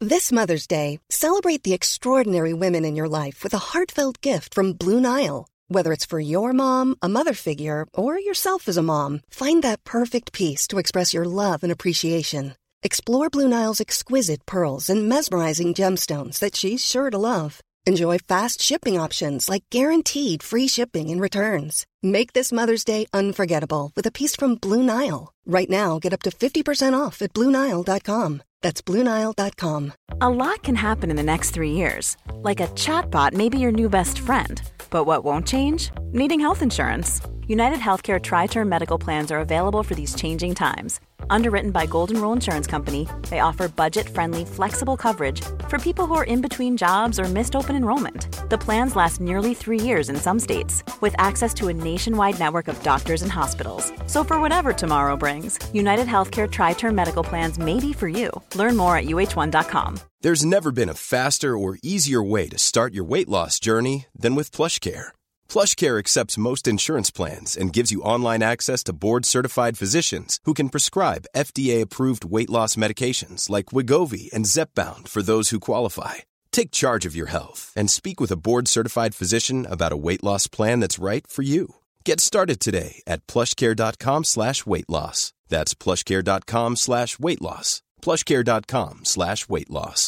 This Mother's Day, celebrate the extraordinary women in your life with a heartfelt gift from Blue Nile. Whether it's for your mom, a mother figure, or yourself as a mom, find that perfect piece to express your love and appreciation. Explore Blue Nile's exquisite pearls and mesmerizing gemstones that she's sure to love. Enjoy fast shipping options like guaranteed free shipping and returns. Make this Mother's Day unforgettable with a piece from Blue Nile. Right now, get up to 50% off at BlueNile.com. That's BlueNile.com. A lot can happen in the next 3 years. Like a chatbot may be your new best friend. But what won't change? Needing health insurance. United Healthcare Tri-Term Medical Plans are available for these changing times. Underwritten by Golden Rule Insurance Company, they offer budget-friendly, flexible coverage for people who are in between jobs or missed open enrollment. The plans last nearly 3 years in some states, with access to a nationwide network of doctors and hospitals. So for whatever tomorrow brings, United Healthcare Tri-Term Medical Plans may be for you. Learn more at uh1.com. There's never been a faster or easier way to start your weight loss journey than with PlushCare. PlushCare accepts most insurance plans and gives you online access to board-certified physicians who can prescribe FDA-approved weight loss medications like Wegovy and Zepbound for those who qualify. Take charge of your health and speak with a board-certified physician about a weight loss plan that's right for you. Get started today at plushcare.com/weightloss. That's plushcare.com/weightloss. plushcare.com/weightloss.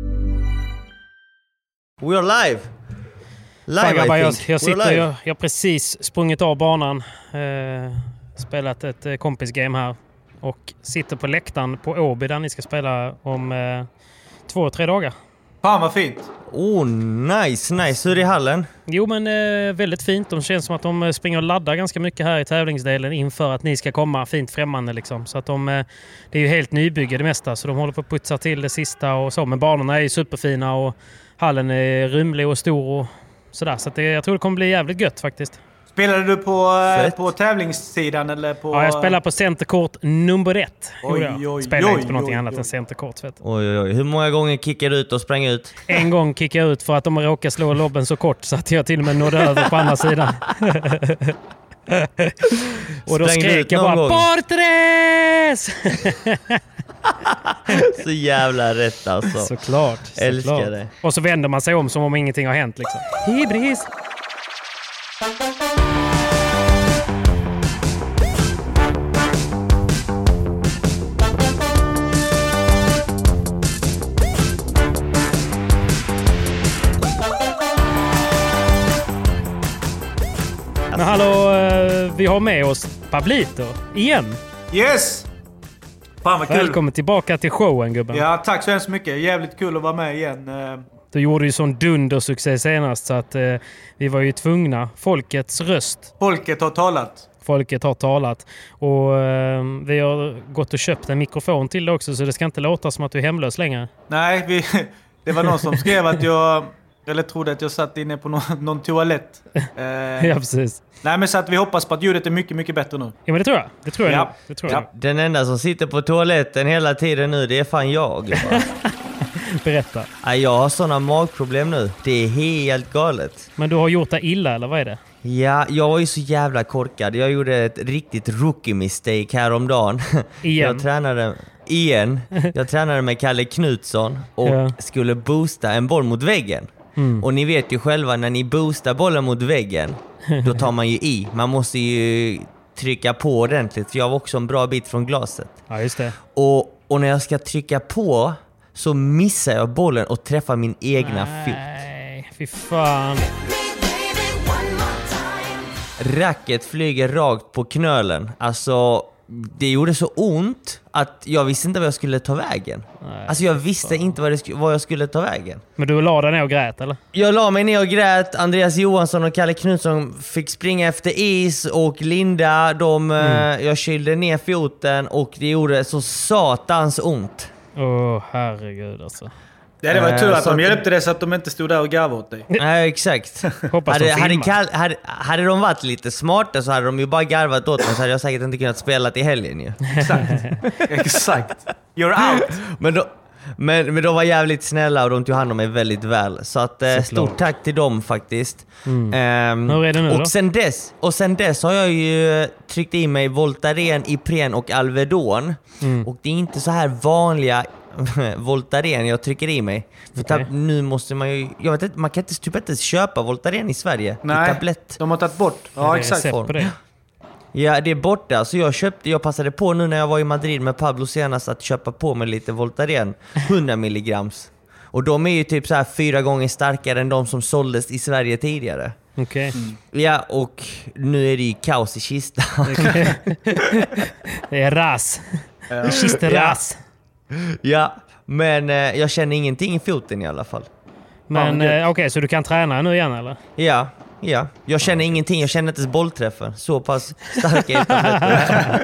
We are live. Fan, grabbar, jag har precis sprungit av banan, spelat ett kompisgame här och sitter på läktaren på Åby där ni ska spela om 2-3 dagar. Fan vad fint. Oh, nice. Hur är det i hallen? Jo, men väldigt fint. De känns som att de springer och laddar ganska mycket här i tävlingsdelen inför att ni ska komma fint främmande liksom. Så att det är ju helt nybygge det mesta, så de håller på att putsa till det sista och så. Men banorna är ju superfina och hallen är rymlig och stor och sådär. Så att jag tror det kommer bli jävligt gött faktiskt. Spelade du på tävlingssidan eller på... Ja, jag spelar på centerkort nummer 1. Spelar inte på någonting annat än centerkort. Oj. Hur många gånger kickar du ut och spränger ut? En gång kickar jag ut för att de råkar slå lobben så kort så att jag till och med nådde över på andra sidan. Och då skrek jag bara Portres! Så jävla rätt alltså. Såklart. Älskar det. Och så vänder man sig om som om ingenting har hänt liksom. Hibris! Men hallå, vi har med oss Pablito igen. Yes! Fan vad kul. Välkommen tillbaka till showen, gubben. Ja, tack så hemskt mycket. Jävligt kul att vara med igen. Du gjorde ju sån dundersuccé senast så att vi var ju tvungna. Folkets röst. Folket har talat. Och vi har gått och köpt en mikrofon till det också, så det ska inte låta som att du är hemlös längre. Nej, det var någon som skrev att jag... Eller trodde att jag satt inne på någon toalett. Ja, precis. Nej, men så att vi hoppas på att ljudet är mycket, mycket bättre nu. Ja, men det tror jag. Ja. Det tror jag. Den enda som sitter på toaletten hela tiden nu, det är fan jag. Berätta. Jag har såna magproblem nu. Det är helt galet. Men du har gjort det illa, eller vad är det? Ja, jag var ju så jävla korkad. Jag gjorde ett riktigt rookie-mistake häromdagen. Jag tränade med Kalle Knutsson och skulle boosta en boll mot väggen. Och ni vet ju själva, när ni boostar bollen mot väggen, då tar man ju i. Man måste ju trycka på ordentligt, för jag var också en bra bit från glaset. Ja, just det. Och när jag ska trycka på så missar jag bollen och träffar min egna fot. Nej, fy fan. Racket flyger rakt på knölen. Alltså, det gjorde så ont att jag visste inte vad jag skulle ta vägen. Nej, alltså jag visste inte vad jag skulle ta vägen. Men du la dig ner och grät, eller? Jag la mig ner och grät. Andreas Johansson och Kalle Knutsson fick springa efter is, och Linda, jag kylde ner foten och det gjorde så satans ont. Herregud alltså. Det var tur att de hjälpte dig så att de inte stod där och gav åt dig. Nej, exakt. Hade de varit lite smarta så hade de ju bara garvat åt mig, så hade jag säkert inte kunnat spela till helgen ju. Exakt. You're out. Men de var jävligt snälla och de tog hand om mig väldigt väl. Så att stort tack till dem faktiskt. Hur är det nu då? Och sen dess har jag ju tryckt i mig Voltaren, Ipren och Alvedon. Och det är inte så här vanliga Voltaren jag trycker i mig. För nu måste man ju... Jag vet inte, man kan typ inte köpa Voltaren i Sverige. Nej, i tablett. de har tagit bort. Ja, exakt. Ja, det är borta. Så jag passade på nu när jag var i Madrid med Pablo senast att köpa på mig lite Voltaren. 100 milligrams. Och de är ju typ så här 4 gånger starkare än de som såldes i Sverige tidigare. Okej. Ja, och nu är det ju kaos i kistan. Det är ras. Kisteras. Ja, men jag känner ingenting i foten i alla fall. Men okej, så du kan träna nu igen eller? Ja. Jag känner ingenting. Jag känner inte ens bollträffen. Så pass starka tabletter.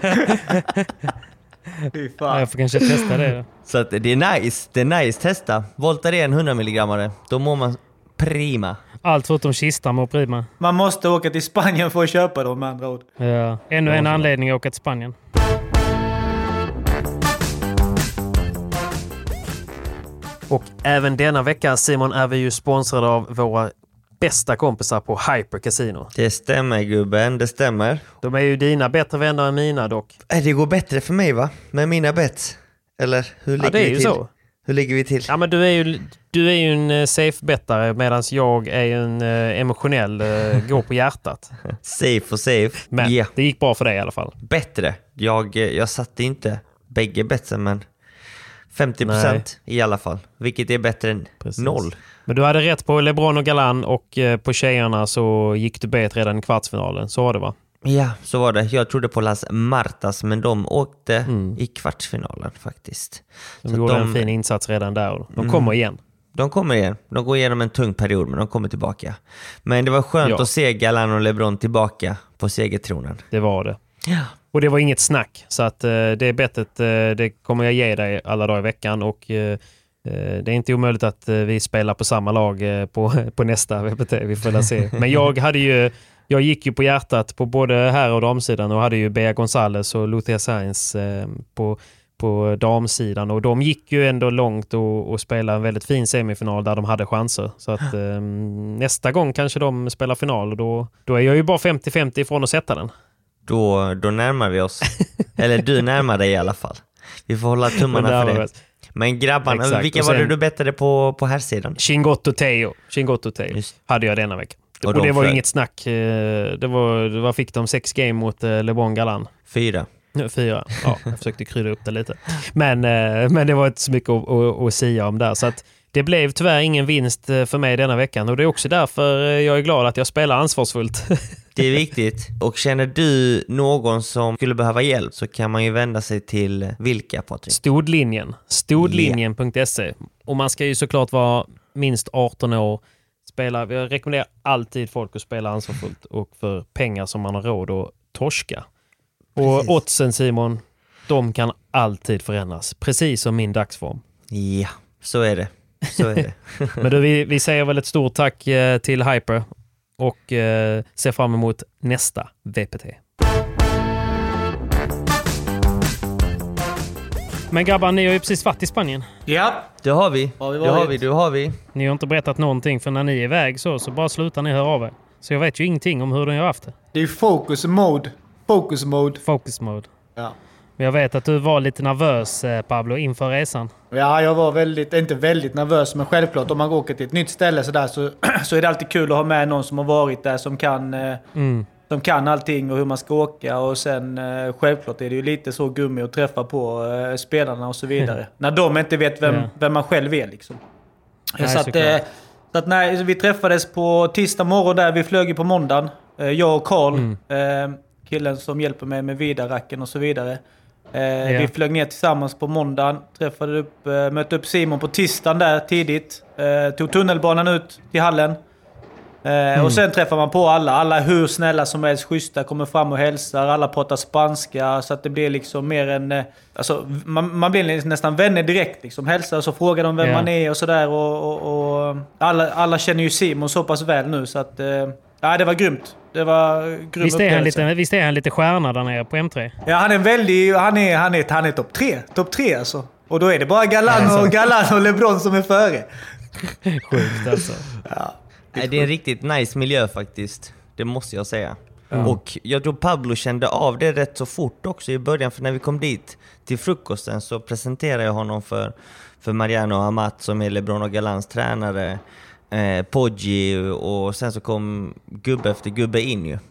Jag får kanske testa det då. Så att det är nice. Testa. Voltaren 100 milligrammare. Då mår man prima. Allt förutom kistan mår prima. Man måste åka till Spanien för att köpa dem med andra ord. Ja. Ännu en anledning att åka till Spanien. Och även denna vecka, Simon, är vi ju sponsrade av våra bästa kompisar på Hyper Casino. Det stämmer, gubben. Det stämmer. De är ju dina bättre vänner än mina dock. Det går bättre för mig, va? Med mina bett. Eller hur ligger vi till? Så. Hur ligger vi till? Ja, men du är ju en safe-bettare medan jag är en emotionell går på hjärtat. Safe och safe. Men det gick bra för dig i alla fall. Bättre. Jag satte inte bägge betsen, men 50% Nej. i alla fall. Vilket är bättre än 0. Men du hade rätt på LeBron och Galan och på tjejerna så gick du bet redan i kvartsfinalen. Så var det, va? Ja, så var det. Jag trodde på Las Martas, men de åkte i kvartsfinalen faktiskt. De så gjorde en fin insats redan där. De kommer igen. De kommer igen. De går igenom en tung period, men de kommer tillbaka. Men det var skönt att se Galan och LeBron tillbaka på segertronen. Det var det. Ja. Och det var inget snack. Så att det bettet, det kommer jag ge dig alla dagar i veckan. Och det är inte omöjligt att vi spelar på samma lag på nästa VPT. Vi får se. Men jag gick ju på hjärtat på både här och damsidan och hade ju Bea González och Lucia Sainz på damsidan. Och de gick ju ändå långt och spelade en väldigt fin semifinal där de hade chanser. Så att nästa gång kanske de spelar final och då är jag ju bara 50-50 ifrån att sätta den. Då närmar vi oss. Eller du närmar dig i alla fall. Vi får hålla tummarna för det. Men grabbarna, exakt. vilka var det du bettade på här sidan? Chingotto Teo hade jag denna vecka. Och det var ju inget snack. Vad fick de? 6 game mot LeBron Galan? 4. Ja, jag försökte krydda upp det lite. Men det var inte så mycket att säga om där. Så att det blev tyvärr ingen vinst för mig denna veckan. Och det är också därför jag är glad att jag spelar ansvarsfullt. Det är viktigt. Och känner du någon som skulle behöva hjälp så kan man ju vända sig till vilka, Patrik? Stodlinjen.se. Och man ska ju såklart vara minst 18 år. Jag rekommenderar alltid folk att spela ansvarsfullt och för pengar som man har råd att torska. Och oddsen, Simon, de kan alltid förändras. Precis som min dagsform. Ja, så är det. Men då vi säger väl ett stort tack till Hyper och ser fram emot nästa VPT. Men grabbar, ni har ju precis varit i Spanien. Ja, det har vi. Det har vi. Ni har inte berättat någonting, för när ni är iväg så bara slutar ni höra av er. Så jag vet ju ingenting om hur ni har haft det. Det är focus mode. Ja. Men jag vet att du var lite nervös, Pablo, inför resan. Ja, jag var inte väldigt nervös, men självklart om man åker till ett nytt ställe så är det alltid kul att ha med någon som har varit där som kan allting och hur man ska åka. Och sen självklart är det ju lite så gummi att träffa på spelarna och så vidare. När de inte vet vem man själv är liksom. Nej, vi träffades på tisdag morgon där. Vi flög ju på måndagen. Jag och Carl, killen som hjälper mig med vidarracken och så vidare. Vi flög ner tillsammans på måndagen. Mötte upp Simon på tisdagen där tidigt. Tog tunnelbanan ut till hallen. Och sen träffar man på alla hur snälla som helst, schyssta, kommer fram och hälsar, alla pratar spanska, så att det blir liksom mer en, alltså man blir nästan vänner direkt liksom, hälsar och så frågar de vem man är och sådär, och alla känner ju Simon så pass väl nu, så att det var grymt. Det var grymt. Visst är han lite stjärna där nere på M3? Ja, han är topp 3 alltså. Och då är det bara Galan och LeBron som är före. Sjukt alltså. Ja. Det är en riktigt nice miljö faktiskt. Det måste jag säga. Och jag tror Pablo kände av det rätt så fort också i början, för när vi kom dit till frukosten så presenterade jag honom för Mariano Amat som är LeBron och Galans tränare, Poggi, och sen så kom gubbe efter gubbe in ju.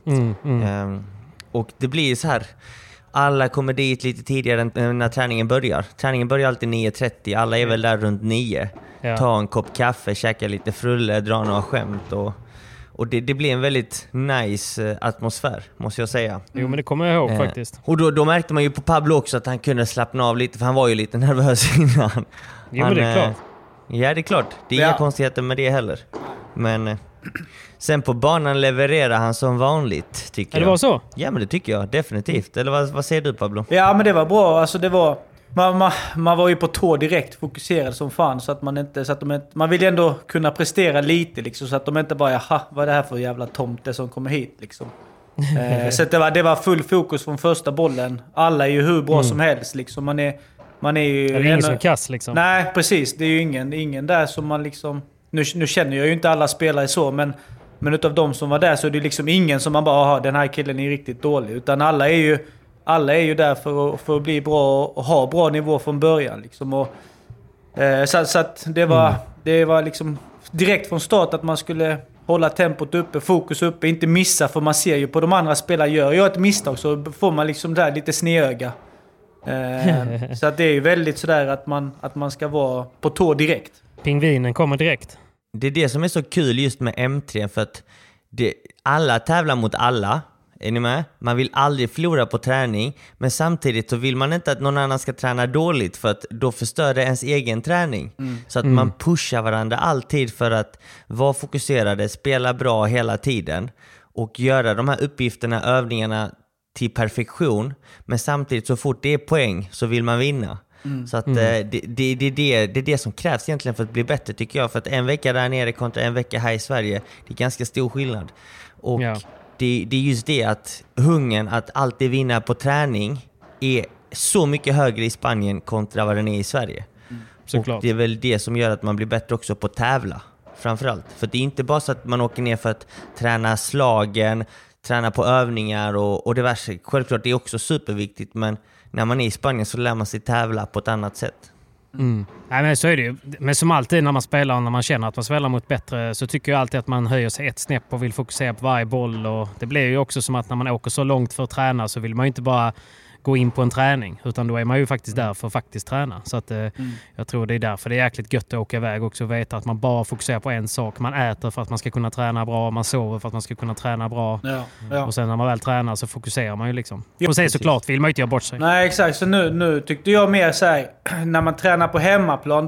Och det blir så här, alla kommer dit lite tidigare än när träningen börjar. Träningen börjar alltid 9:30, alla är väl där runt 9. Ta en kopp kaffe, käka lite frulle, dra några skämt och det blir en väldigt nice atmosfär, måste jag säga. Jo, men det kommer jag ihåg faktiskt. Och då märkte man ju på Pablo också att han kunde slappna av lite, för han var ju lite nervös innan. Jo, men det är klart. Ja, det är klart. Det är inga konstigheter med det heller. Men sen på banan levererar han som vanligt, tycker jag. Det var så? Ja, men det tycker jag definitivt. Eller vad säger du, Pablo? Ja, men det var bra. Alltså det var... Man var ju på tå direkt, fokuserad som fan, så att man vill ändå kunna prestera lite liksom, så att de inte bara, jaha, vad är det här för jävla tomte som kommer hit liksom. Så att det var full fokus från första bollen. Alla är ju hur bra som helst liksom. Man är ju... Det är ingen som är kass liksom. Nej, precis. Det är ju ingen där som man liksom... Nu känner jag ju inte alla spelare så, men utav de som var där så är det liksom ingen som man bara, den här killen är riktigt dålig. Utan alla är ju där för att bli bra och ha bra nivå från början liksom. Och, så att det var liksom direkt från start att man skulle hålla tempot uppe, fokus uppe, inte missa, för man ser ju på de andra spelarna gör ett misstag så får man liksom där lite snedöga. Så att det är ju väldigt sådär att man ska vara på tå direkt. Pingvinen kommer direkt. Det är det som är så kul just med M3, för att alla tävlar mot alla. Är ni med? Man vill aldrig förlora på träning, men samtidigt så vill man inte att någon annan ska träna dåligt, för att då förstör det ens egen träning. Så att man pushar varandra alltid för att vara fokuserade, spela bra hela tiden och göra de här uppgifterna, övningarna till perfektion, men samtidigt så fort det är poäng så vill man vinna. Så att det är det som krävs egentligen för att bli bättre, tycker jag. För att en vecka där nere kontra en vecka här i Sverige, det är ganska stor skillnad. Och det är just det att hungern att alltid vinna på träning är så mycket högre i Spanien kontra vad den är i Sverige. Och det är väl det som gör att man blir bättre också på att tävla, framförallt. För det är inte bara så att man åker ner för att träna slagen, träna på övningar och diverse. Självklart det är också superviktigt, men när man är i Spanien så lär man sig tävla på ett annat sätt. Nej, men så är det ju. Men som alltid när man spelar och när man känner att man spelar mot bättre, så tycker jag alltid att man höjer sig ett snäpp och vill fokusera på varje boll. Och det blir ju också som att när man åker så långt för att träna så vill man ju inte bara gå in på en träning, utan då är man ju faktiskt där för att faktiskt träna. Så att jag tror det är därför det är jäkligt gött att åka iväg också och veta att man bara fokuserar på en sak. Man äter för att man ska kunna träna bra, man sover för att man ska kunna träna bra. Och sen när man väl tränar så fokuserar man ju liksom. Och sen såklart vill man inte göra bort sig. Nej, exakt. Så nu tyckte jag mer så här, när man tränar på hemmaplan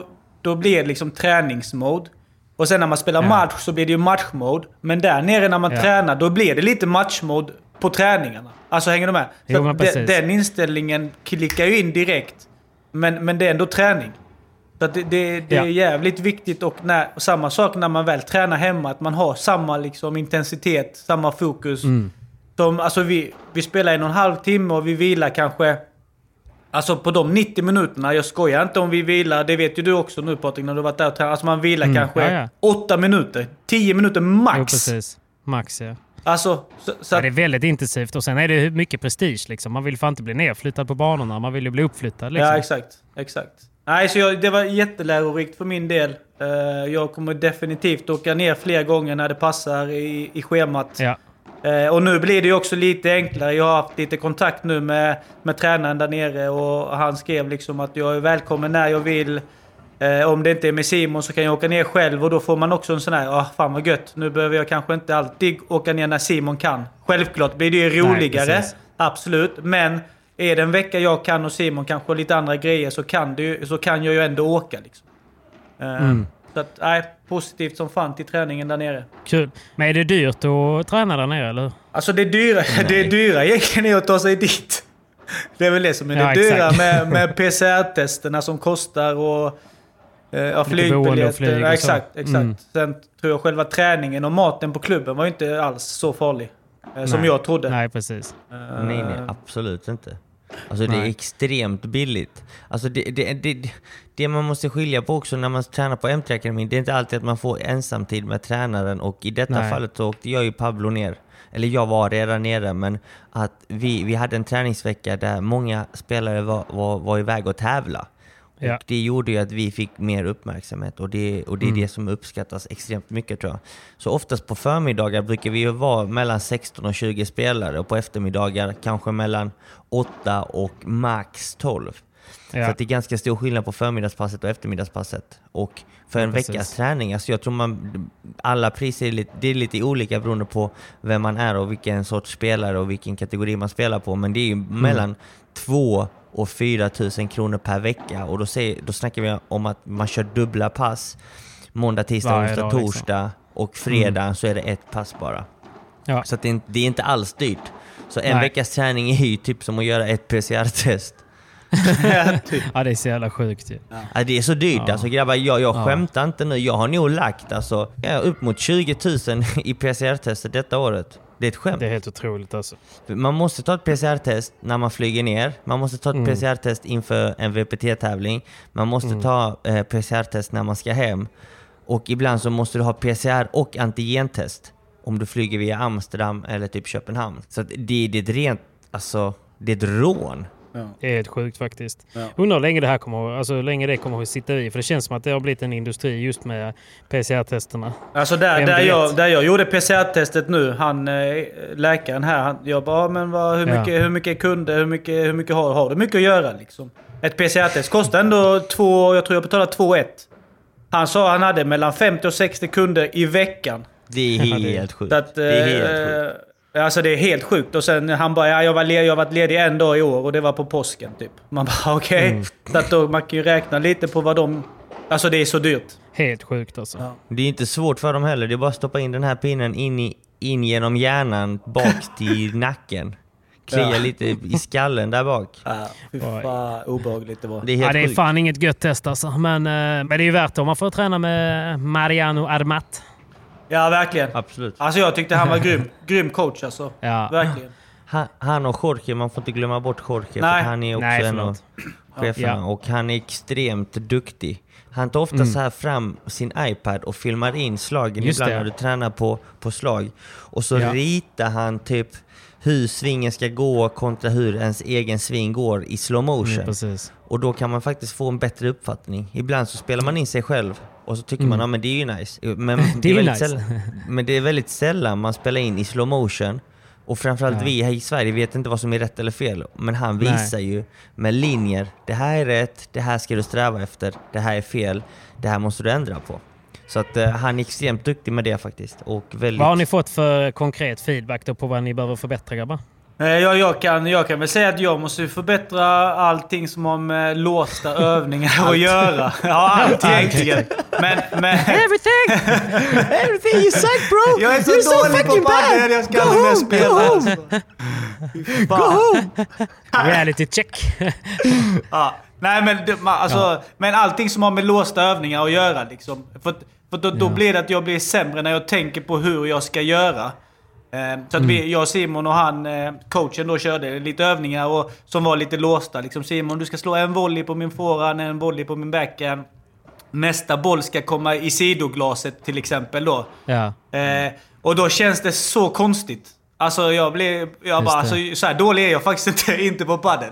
då blir det liksom träningsmode. Och sen när man spelar match så blir det ju matchmode. Men där nere när man tränar, då blir det lite matchmode på träningarna. Alltså hänger du med? Så den inställningen klickar ju in direkt. Men det är ändå träning. Så att det är jävligt viktigt. Och samma sak när man väl tränar hemma. Att man har samma liksom intensitet, samma fokus. Alltså vi spelar 1,5 timme och vi vilar kanske... Alltså på de 90 minuterna, jag skojar inte om vi vilar, det vet ju du också nu Patrik när du varit där och tränat. Alltså man vilar kanske 8 minuter, 10 minuter max. Jo, precis. Max, ja. Alltså, så det är väldigt intensivt och sen är det mycket prestige liksom. Man vill fan inte bli nerflyttad på banorna, man vill ju bli uppflyttad liksom. Ja, exakt. Nej, så det var jättelärorikt för min del. Jag kommer definitivt åka ner fler gånger när det passar i schemat. Ja. Och nu blir det ju också lite enklare. Jag har haft lite kontakt nu med tränaren där nere och han skrev liksom att jag är välkommen när jag vill. Om det inte är med Simon så kan jag åka ner själv och då får man också en sån här, fan vad gött. Nu behöver jag kanske inte alltid åka ner när Simon kan. Självklart blir det ju roligare, nej, absolut. Men är det en vecka jag kan och Simon kanske lite andra grejer så kan jag ju ändå åka liksom. Så att, positivt som fan till träningen där nere. Kul. Men är det dyrt att träna där nere eller? Alltså det är dyra egentligen är att ta sig dit. Det är väl det som är det dyra med PCR-testerna som kostar och flygbiljetter. Ja, exakt. Sen tror jag själva träningen och maten på klubben var ju inte alls så farlig som jag trodde. Nej, precis. Nej, absolut inte. Alltså det är extremt billigt. Alltså det man måste skilja på också när man tränar på MT-akademin, det är inte alltid att man får ensamtid med tränaren, och i detta fallet så åkte jag ju Pablo ner. Eller jag var redan nere, men att vi hade en träningsvecka där många spelare var iväg och tävla. Och det gjorde ju att vi fick mer uppmärksamhet, och det är det som uppskattas extremt mycket, tror jag. Så oftast på förmiddagar brukar vi ju vara mellan 16 och 20 spelare, och på eftermiddagar kanske mellan 8 och max 12. Så att det är ganska stor skillnad på förmiddagspasset och eftermiddagspasset. Och för en veckas träning, alltså jag tror alla priser är lite olika beroende på vem man är och vilken sorts spelare och vilken kategori man spelar på. Men det är ju mellan 2 och 4 000 kronor per vecka. Och då snackar vi om att man kör dubbla pass. Måndag, tisdag, onsdag, torsdag och fredag så är det ett pass bara. Ja. Så att det är inte alls dyrt. Så en veckas träning är ju typ som att göra ett PCR-test. Ja, det är så jävla sjukt ju. Ja, det är så dyrt. Alltså grabbar, jag skämtar inte nu. Jag har nog lagt upp mot 20 000 i PCR-testet detta året. Det är ett skämt. Det är helt otroligt alltså. Man måste ta ett PCR-test när man flyger ner. Man måste ta ett PCR-test inför en VPT-tävling. Man måste ta PCR-test när man ska hem. Och ibland så måste du ha PCR och antigentest om du flyger via Amsterdam eller typ Köpenhamn. Så att det är ett rent, alltså det är ett rån. Ja. Det är helt sjukt faktiskt. Ja. Undrar hur länge det här hur länge det kommer att sitta i. För det känns som att det har blivit en industri just med PCR-testerna. Alltså där jag gjorde PCR-testet nu, läkaren här, jag bara, men hur mycket kunder, hur mycket har du mycket att göra liksom. Ett PCR-test kostar ändå jag tror jag betalar 2,1. Han sa han hade mellan 50 och 60 kunder i veckan. Det är helt sjukt. Det är helt sjukt. Alltså det är helt sjukt. Och sen han bara, jag har varit ledig en dag i år och det var på påsken typ. Man bara okej. Så att då man kan ju räkna lite på vad de... Alltså det är så dyrt. Helt sjukt alltså. Ja. Det är inte svårt för dem heller. Det är bara att stoppa in den här pinnen in genom hjärnan bak till nacken. Klia lite i skallen där bak. Ja, fan obehagligt det var. Det är fan inget gött test alltså. Men det är ju värt om man får träna med Mariano Armat. Ja, verkligen. Absolut. Alltså jag tyckte han var grym coach alltså. Ja. Verkligen. Han och Jorge, man får inte glömma bort Jorge. För han är också en av cheferna. Och han är extremt duktig. Han tar ofta så här fram sin iPad och filmar in slagen ibland när du tränar på slag. Och så ritar han typ hur svingen ska gå kontra hur ens egen sving går i slow motion. Och då kan man faktiskt få en bättre uppfattning. Ibland så spelar man in sig själv och så tycker man, men det är ju nice. Men det är nice. Men det är väldigt sällan man spelar in i slow motion. Och framförallt vi här i Sverige vet inte vad som är rätt eller fel. Men han visar ju med linjer. Det här är rätt, det här ska du sträva efter. Det här är fel, det här måste du ändra på. Så att han är extremt duktig med det faktiskt. Och väldigt... Vad har ni fått för konkret feedback då på vad ni behöver förbättra, grabbar? Jag kan väl säga att jag måste förbättra allting som har med låsta övningar att göra. Ja, allt egentligen. Men... Everything you suck, bro! Jag är så dålig på padel, jag ska aldrig mer spela. Go home! Reality check. Ja. Nej, men men allting som har med låsta övningar att göra liksom. För då blir det att jag blir sämre när jag tänker på hur jag ska göra. Så att jag, Simon och han, coachen då, körde lite övningar och som var lite låsta. Liksom, Simon, du ska slå en volley på min forehand, en volley på min backhand. Nästa boll ska komma i sidoglaset till exempel då. Ja. Och då känns det så konstigt. Alltså så här dålig är jag faktiskt inte på padel.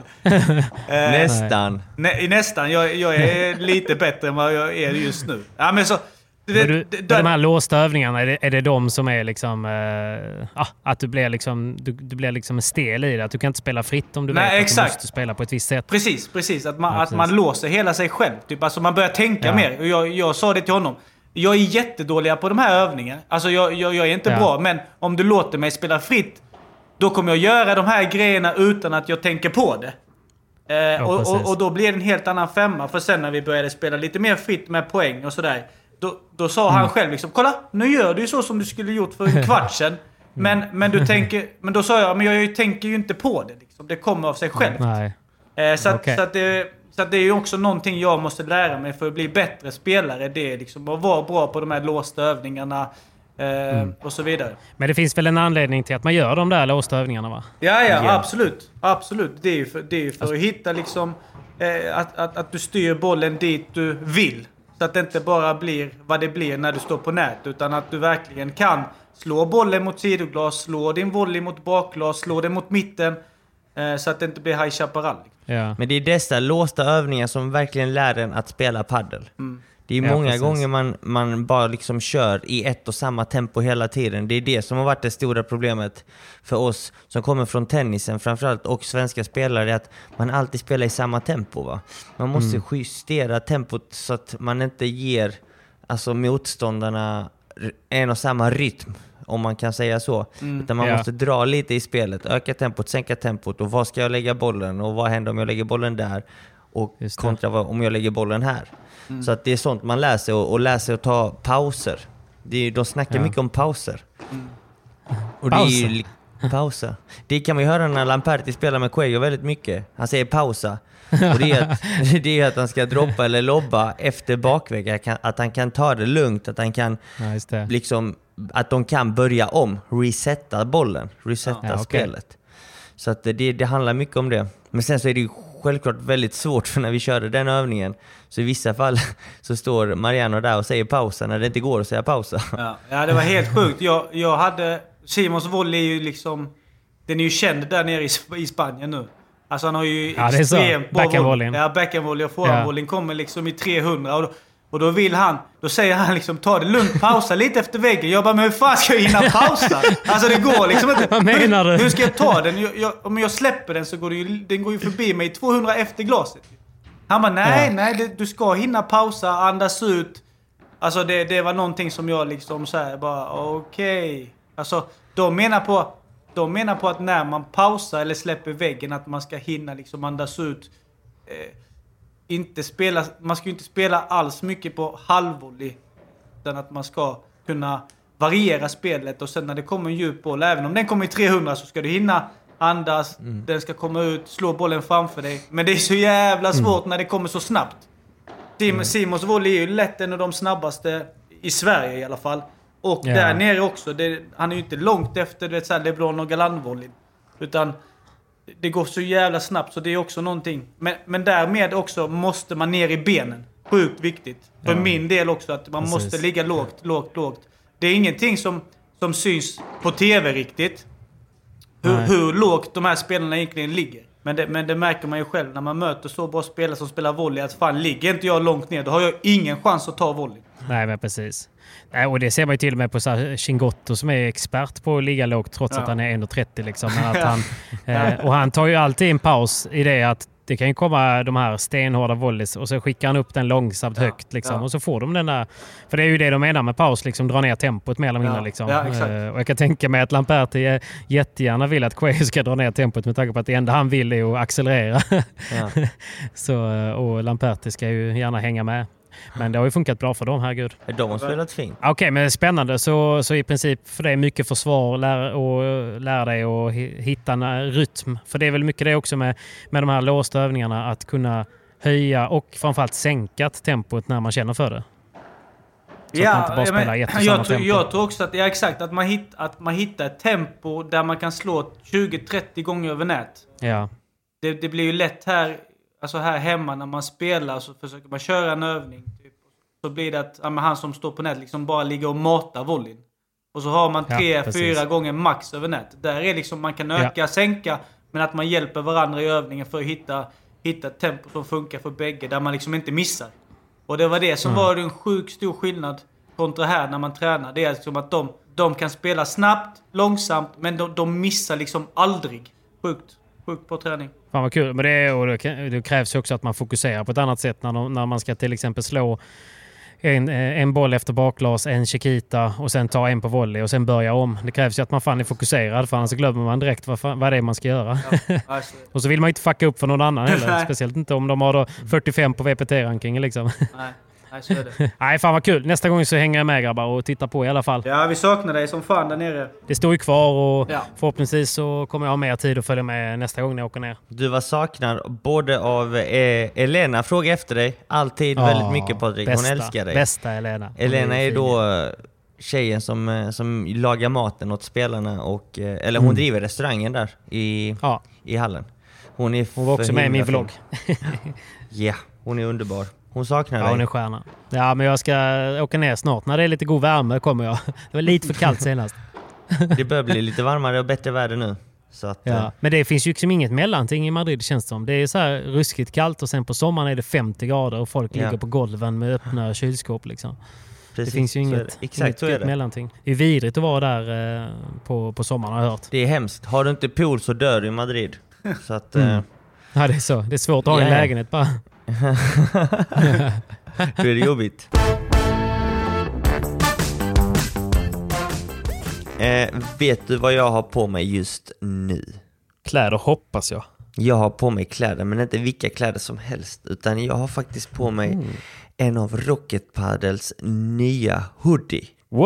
Nästan. Nästan. Jag är lite bättre än vad jag är just nu. Ja, men så... De här låsta övningarna, är det de som är liksom att du blir liksom du blir liksom stel i det, att du kan inte spela fritt om du vet att du måste spela på ett visst sätt. Precis att man låser hela sig själv typ, alltså man börjar tänka mer. Och jag sa det till honom. Jag är jättedålig på de här övningarna. Alltså jag är inte bra, men om du låter mig spela fritt, då kommer jag göra de här grejerna utan att jag tänker på det. Och då blir det en helt annan femma. För sen när vi började spela lite mer fritt med poäng och sådär, då sa han själv liksom, kolla, nu gör du ju så som du skulle gjort för en kvart sedan. Men du tänker, men då sa jag, men jag tänker ju inte på det liksom. Det kommer av sig själv. Så att det är ju också någonting jag måste lära mig för att bli bättre spelare. Det är liksom att vara bra på de här låsta övningarna. och så vidare. Men det finns väl en anledning till att man gör de där låsta övningarna, va? Ja, absolut. Det är ju för att hitta liksom att du styr bollen dit du vill. Så att det inte bara blir vad det blir när du står på nät, utan att du verkligen kan slå bollen mot sidoglas, slå din volley mot bakglas, slå den mot mitten, så att det inte blir High Chaparral. Ja. Men det är dessa låsta övningar som verkligen lär en att spela paddel. Det är många gånger man bara liksom kör i ett och samma tempo hela tiden. Det är det som har varit det stora problemet för oss som kommer från tennisen framförallt, och svenska spelare, att man alltid spelar i samma tempo, va? Man måste justera tempot så att man inte ger alltså motståndarna en och samma rytm, om man kan säga så. Utan man måste dra lite i spelet, öka tempot, sänka tempot, och var ska jag lägga bollen och vad händer om jag lägger bollen där och kontra om jag lägger bollen här. Så att det är sånt man lär sig, och lär sig att ta pauser. De snackar mycket om pauser. Och det är ju pausa. Det kan man ju höra när Lamperti spelar med Cuello väldigt mycket. Han säger pausa. Och det är att han ska droppa eller lobba efter bakväg, att han kan ta det lugnt, att han kan liksom, att de kan börja om, resetta bollen, spelet. Så att det handlar mycket om det. Men sen så är det ju självklart väldigt svårt, för när vi körde den övningen så i vissa fall så står Mariano där och säger pausa när det inte går att säga pausa. Ja, det var helt sjukt. Jag hade Simons volley är ju liksom, den är ju känd där nere i Spanien nu. Alltså han har ju extremt bra backhandvolleyn. Ja, backhandvolley och forehandvolleyn kommer liksom i 300 och då säger han liksom, ta det lugnt, pausa lite efter väggen. Jag bara, men hur fan ska jag hinna pausa? Alltså det går liksom inte. Vad menar du? Hur ska jag ta den? Om jag släpper den så går den går ju förbi mig 200 efter glaset. Han bara, nej, du ska hinna pausa, andas ut. Alltså det var någonting som jag liksom så här bara, okej. Alltså de menar på att när man pausar eller släpper väggen, att man ska hinna liksom andas ut. Man ska ju inte spela alls mycket på halvvolley, utan att man ska kunna variera spelet, och sen när det kommer en djup boll, även om den kommer i 300, så ska du hinna andas, den ska komma ut, slå bollen framför dig. Men det är så jävla svårt när det kommer så snabbt. Simons volley är ju lätt en av de snabbaste i Sverige i alla fall. Och där nere också, han är ju inte långt efter LeBron och Galan-volley, utan det går så jävla snabbt, så det är också någonting. Men därmed också måste man ner i benen. Sjukt viktigt. För min del också, att man måste ligga lågt. Det är ingenting som syns på tv riktigt. Hur lågt de här spelarna egentligen ligger. Men det märker man ju själv när man möter så bra spelare som spelar volley, att fan, ligger inte jag långt ner, då har jag ingen chans att ta volley. Nej, men precis. Och det ser man ju till och med på så här Chingotto, som är expert på att ligga lågt trots att han är 1,30 liksom. Men att och han tar ju alltid en paus i det, att det kan ju komma de här stenhårda volleys och så skickar han upp den långsamt högt liksom, och så får de den där, för det är ju det de menar med paus, liksom dra ner tempot mer eller mindre liksom. Och jag kan tänka mig att Lamperti jättegärna vill att Cuello ska dra ner tempot, med tanke på att det enda han vill är att accelerera. Så, och Lamperti ska ju gärna hänga med. Men det har ju funkat bra för dem, herregud. De har spelat fint. Okej, men spännande. Så i princip för det är mycket försvar, lära dig att hitta en rytm. För det är väl mycket det också med de här låsta övningarna, att kunna höja och framförallt sänka tempot när man känner för det. Så att man inte bara spelar i ett och samma tempo. Jag tror också att man hittar ett tempo där man kan slå 20-30 gånger över nät. Ja. Det blir ju lätt här. Alltså här hemma när man spelar så försöker man köra en övning. Typ. Så blir det att han som står på nät liksom bara ligger och matar volleyn. Och så har man 3-4 gånger max över nät. Där är liksom man kan öka, sänka. Men att man hjälper varandra i övningen för att hitta ett tempo som funkar för bägge. Där man liksom inte missar. Och det var det som var en sjukt stor skillnad kontra här när man tränar. Det är liksom att de kan spela snabbt, långsamt. Men de missar liksom aldrig. Sjukt på träning. Fan vad kul. Men det krävs ju också att man fokuserar på ett annat sätt när man ska till exempel slå en boll efter bakglas, en Chiquita och sen ta en på volley och sen börja om. Det krävs ju att man fan är fokuserad, för annars så glömmer man direkt vad det är man ska göra. Ja, och så vill man inte fucka upp för någon annan heller. Speciellt inte om de har då 45 på VPT-rankingen liksom. Nej, så är det. Nej, fan vad kul. Nästa gång så hänger jag med, grabbar, och tittar på i alla fall. Ja, vi saknar dig som fan där nere. Det står ju kvar och förhoppningsvis så kommer jag ha mer tid att följa med nästa gång när jag åker ner. Du var saknad både av Elena, fråga efter dig. Alltid väldigt mycket, Patrik. Hon älskar dig. Bästa Elena. Elena är då tjejen som lagar maten åt spelarna och eller hon driver restaurangen där i hallen. Hon var också med i min vlogg. Ja, hon är underbar. Hon saknar dig. Ja, hon är stjärna. Ja, men jag ska åka ner snart. När det är lite god värme kommer jag. Det var lite för kallt senast. Det börjar bli lite varmare och bättre väder nu. Så att, ja, men det finns ju liksom inget mellanting i Madrid, känns det som. Det är så här ruskigt kallt och sen på sommaren är det 50 grader och folk ligger på golven med öppna kylskåp liksom. Precis, det finns ju inget mellanting. Det är vidrigt att vara där på sommaren, har jag hört. Det är hemskt. Har du inte pool så dör du i Madrid. Så att, ja, det är så. Det är svårt att ha en lägenhet bara. Då är det jobbigt. Vet du vad jag har på mig just nu? Kläder, hoppas jag. Jag har på mig kläder, men inte vilka kläder som helst. Utan jag har faktiskt på mig en av Rocket Paddles nya hoodie.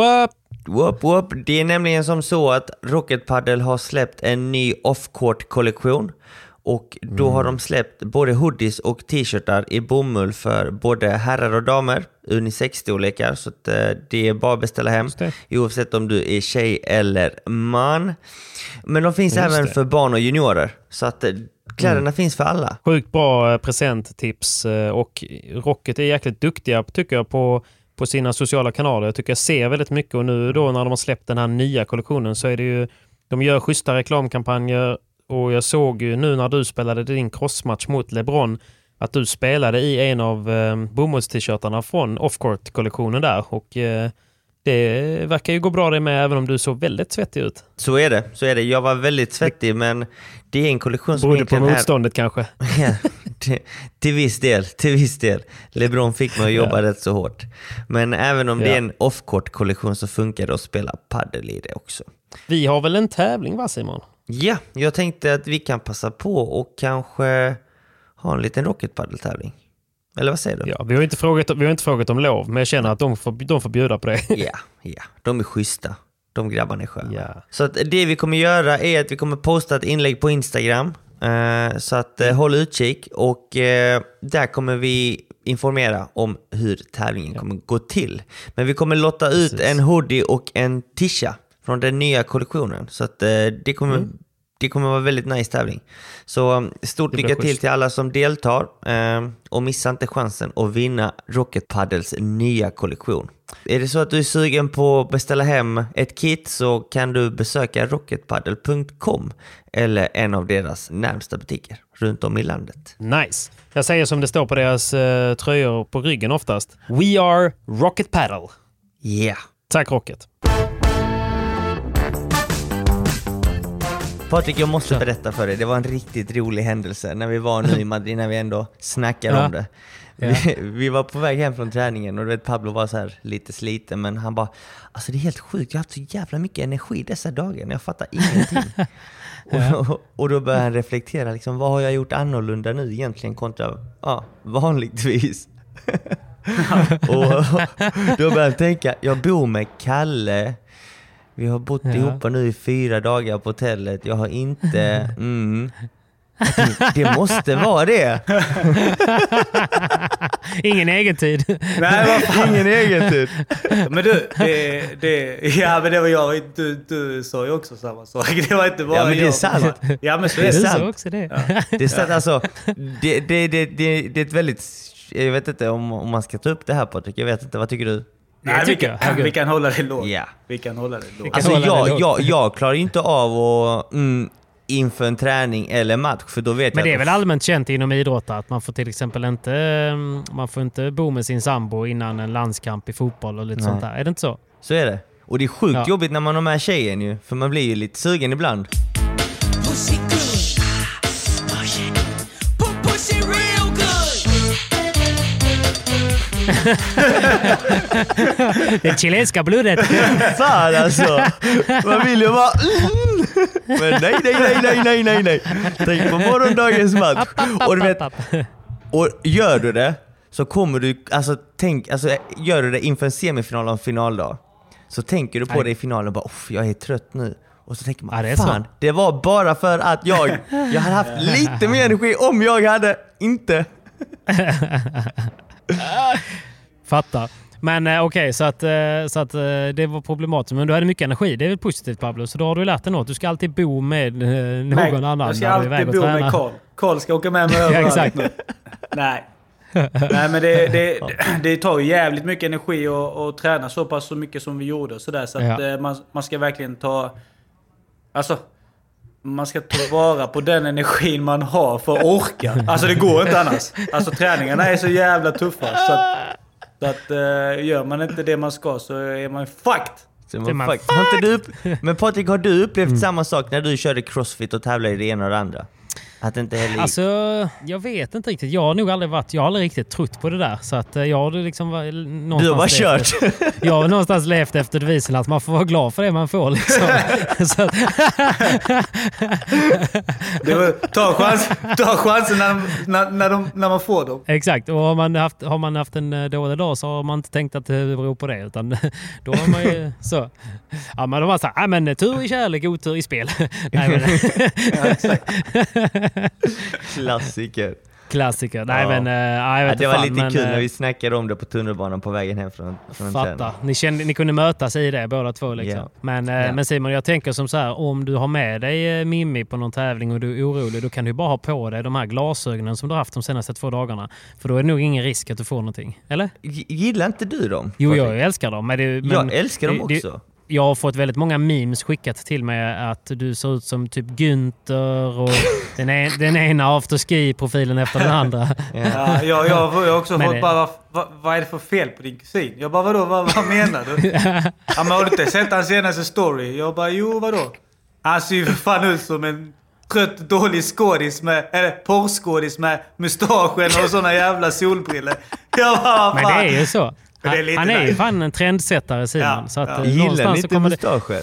Whoop. Det är nämligen som så att Rocket Paddle har släppt en ny off-court-kollektion. Och då har de släppt både hoodies och t-shirtar i bomull för både herrar och damer, unisex-storlekar. Så att det är bara att beställa hem, oavsett om du är tjej eller man. Men de finns även för barn och juniorer, så att kläderna finns för alla. Sjukt bra presenttips, och Rocket är jäkligt duktiga, tycker jag, på sina sociala kanaler. Jag tycker jag ser väldigt mycket, och nu då när de har släppt den här nya kollektionen så är det ju, de gör schyssta reklamkampanjer. Och jag såg ju nu när du spelade din crossmatch mot LeBron att du spelade i en av bomullst-t-shirtarna från off-court-kollektionen där. Och det verkar ju gå bra det med, även om du såg väldigt svettig ut. Så är det. Jag var väldigt svettig, men det är en kollektion som egentligen på motståndet kanske. Ja, till viss del. LeBron fick mig att jobba rätt så hårt. Men även om det är en off-court-kollektion så funkar det att spela paddel i det också. Vi har väl en tävling, va Simon? Ja, jag tänkte att vi kan passa på och kanske ha en liten rocketpaddeltävling. Eller vad säger du? Ja, vi har inte frågat om lov, men jag känner att de får bjuda på det. Ja, de är schyssta. De grabbarna är sköna. Ja. Så att det vi kommer göra är att vi kommer posta ett inlägg på Instagram. Så att håll utkik, och där kommer vi informera om hur tävlingen kommer gå till. Men vi kommer lotta ut en hoodie och en tisha från den nya kollektionen. Så att det kommer vara väldigt nice tävling. Så stort lycka till alla som deltar. Och missa inte chansen att vinna Rocket Paddles nya kollektion. Är det så att du är sugen på att beställa hem ett kit så kan du besöka rocketpaddle.com eller en av deras närmsta butiker runt om i landet. Nice. Jag säger som det står på deras tröjor på ryggen oftast. We are Rocket Paddle. Yeah. Tack Rocket. Patrik, jag måste berätta för dig. Det var en riktigt rolig händelse när vi var nu i Madrid, när vi ändå snackade om det. Ja. Vi var på väg hem från träningen och du vet, Pablo var så här lite sliten, men han bara, alltså det är helt sjukt, jag har haft så jävla mycket energi dessa dagar, jag fattar ingenting. Och då började han reflektera, liksom, vad har jag gjort annorlunda nu egentligen kontra vanligtvis? Och då började jag tänka, jag bor med Kalle. Vi har bott ihop nu i 4 dagar på hotellet. Jag har inte... Det måste vara det. Ingen egen tid. Nej, vad fan? Ingen egen tid. Men du, men det var jag. Du sa ju också samma sak. Det var inte bara men det är sant. Ja, men så är det sant. Också det. Ja. Det är sant, alltså. Det är ett väldigt... Jag vet inte om man ska ta upp det här, Patrik. Jag vet inte, vad tycker du? Nej, vi kan hålla det lågt. Ja. Vi kan hålla det lågt. Alltså jag klarar inte av att inför en träning eller match, för då vet men jag... Men det är väl allmänt känt inom idrott att man får till exempel inte bo med sin sambo innan en landskamp i fotboll och lite sånt där. Är det inte så? Så är det. Och det är sjukt jobbigt när man har med tjejen ju, för man blir ju lite sugen ibland. Det chilenska blodet. Fan alltså. Man vill ju bara... Men nej. Tänk på morgondagens match. Och du vet... Och gör du det så kommer du... Alltså gör du det inför en semifinal och en finaldag, så tänker du på det i finalen bara, jag är trött nu. Och så tänker man, fan, det var bara för att jag hade haft lite mer energi om jag hade inte... Fatta. Men okej, så att det var problematiskt. Men du hade mycket energi. Det är väl positivt, Pablo. Så då har du lärt dig något. Du ska alltid bo med någon annan. Jag ska alltid bo med Carl. Carl ska åka med mig över. Ja, exakt. Nej, men det tar ju jävligt mycket energi att träna så pass så mycket som vi gjorde. Så att man ska verkligen man ska ta vara på den energin man har för att orka. Alltså det går inte annars. Alltså träningarna är så jävla tuffa. Så att gör man inte det man ska så är man fucked. Men Patrik, har du upplevt samma sak när du körde crossfit och tävlade i det ena och det andra? Att inte heller... Alltså, jag vet inte riktigt. Jag har nog aldrig riktigt trott på det där. Så att jag har liksom någonstans... Du har bara kört. Jag har någonstans levt efter devisen att man får vara glad för det man får. Liksom. Så att... Ta chansen när man får dem. Exakt. Och har man haft en dålig dag så har man inte tänkt att det beror på det. Utan då har man ju så... Ja, men de var så här, men tur i kärlek, otur i spel. Nej, men... Ja, exakt. Klassiker. Nej, ja. Men jag vet det var fan, lite kul när vi snackade om det på tunnelbanan på vägen hem från fatta. Ni kunde mötas i det båda två liksom. Yeah. Men Simon, jag tänker som så här, om du har med dig Mimmi på någon tävling och du är orolig, då kan du bara ha på dig de här glasögonen som du har haft de senaste 2 dagarna. För då är det nog ingen risk att du får någonting. Eller? Gillar inte du dem? Jo, jag älskar dem. Jag älskar dem också. Jag har fått väldigt många memes skickat till mig att du ser ut som typ Günther och den ena afterski-profilen efter den andra. Ja, jag har också fått bara, vad är det för fel på din kusin? Jag bara, vadå? Vad menar du? Ja, men har du inte sett hans senaste story? Jag bara, jo, vadå? Han ser ju fan ut som en trött, dålig porrskådis med mustaschen och såna jävla solbriller. Jag bara, men det är ju så. Han är ju fan en trendsättare, Simon. Ja, så att gillar ni inte mustaschen?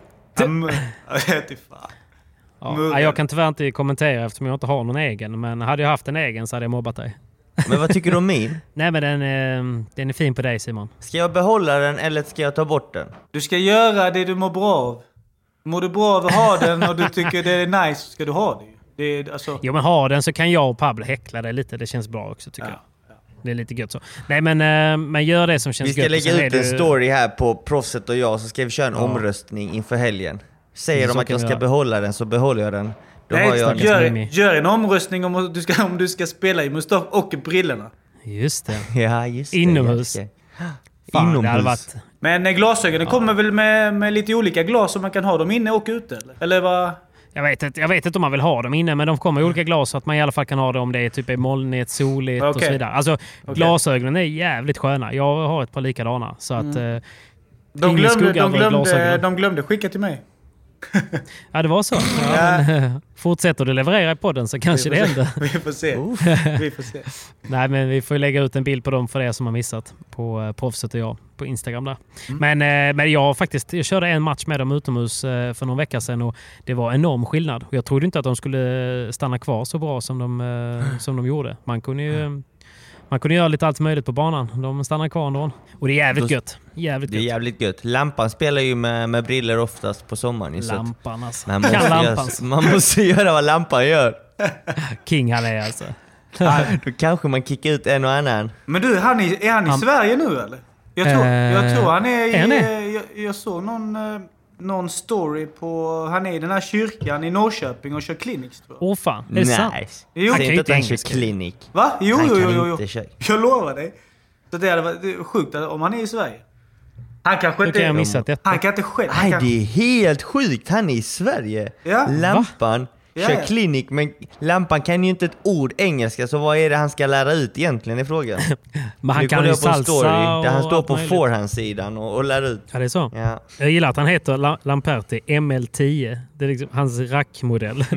Ja, jag kan tyvärr inte kommentera eftersom jag inte har någon egen. Men hade jag haft en egen så hade jag mobbat dig. Men vad tycker du om min? Nej, men den är fin på dig, Simon. Ska jag behålla den eller ska jag ta bort den? Du ska göra det du mår bra av. Mår du bra av att ha den och du tycker det är nice, ska du ha det. Jo, men ha den så kan jag och Pablo häckla dig lite. Det känns bra också, tycker jag. Det är lite gött så. Nej, men gör det som känns gött. Vi ska lägga ut en story här på Proffset och jag, så ska vi köra en omröstning inför helgen. Säger de att jag ska behålla den så behåller jag den. Då har jag gör en omröstning om du ska spela i mustasch och brillorna. Just det. Ja, just det. Inomhus. Inomhus. Men glasögonen kommer väl med lite olika glas som man kan ha dem inne och ute, eller vad? Jag vet inte om man vill ha dem inne, men de kommer i olika glas så att man i alla fall kan ha det om det är typ molnigt, soligt och så vidare. Alltså glasögonen är jävligt sköna. Jag har ett par likadana så att de glömde skicka till mig. Ja, det var så. Men, fortsätter du leverera i podden så kanske det händer. Vi får se. Nej, men vi får lägga ut en bild på dem för er som har missat på Proffset och jag på Instagram där. Men jag körde en match med dem utomhus för någon vecka sedan och det var enorm skillnad. Och jag trodde inte att de skulle stanna kvar så bra som de gjorde. Man kunde göra lite allt möjligt på banan. De stannar kvar ändå. Och det är jävligt gött. Det är jävligt gött. Lampan spelar ju med briller oftast på sommaren. Lampan alltså. Man måste göra vad Lampan gör. King han är alltså. Då kanske man kickar ut en och annan. Men du, är han i Sverige nu eller? Jag tror han är jag såg någon story på... Han är i den här kyrkan i Norrköping och kör clinics, tror jag. Fan, är det sant? Jo, han kan inte han kör clinic. Va? Jo. Inte jag lovar dig. Så det är sjukt om han är i Sverige. Han kanske inte... Kan jag missat detta. Han kan inte själv. Nej, det är helt sjukt. Han är i Sverige. Ja. Lampan kör clinic, men Lampan kan ju inte ett ord engelska, så vad är det han ska lära ut egentligen i frågan? Men han kan ju salsa story, där han står på forehandsidan och lär ut. Ja, det är så. Ja. Jag gillar att han heter Lamperti ML10. Det är liksom hans rackmodell.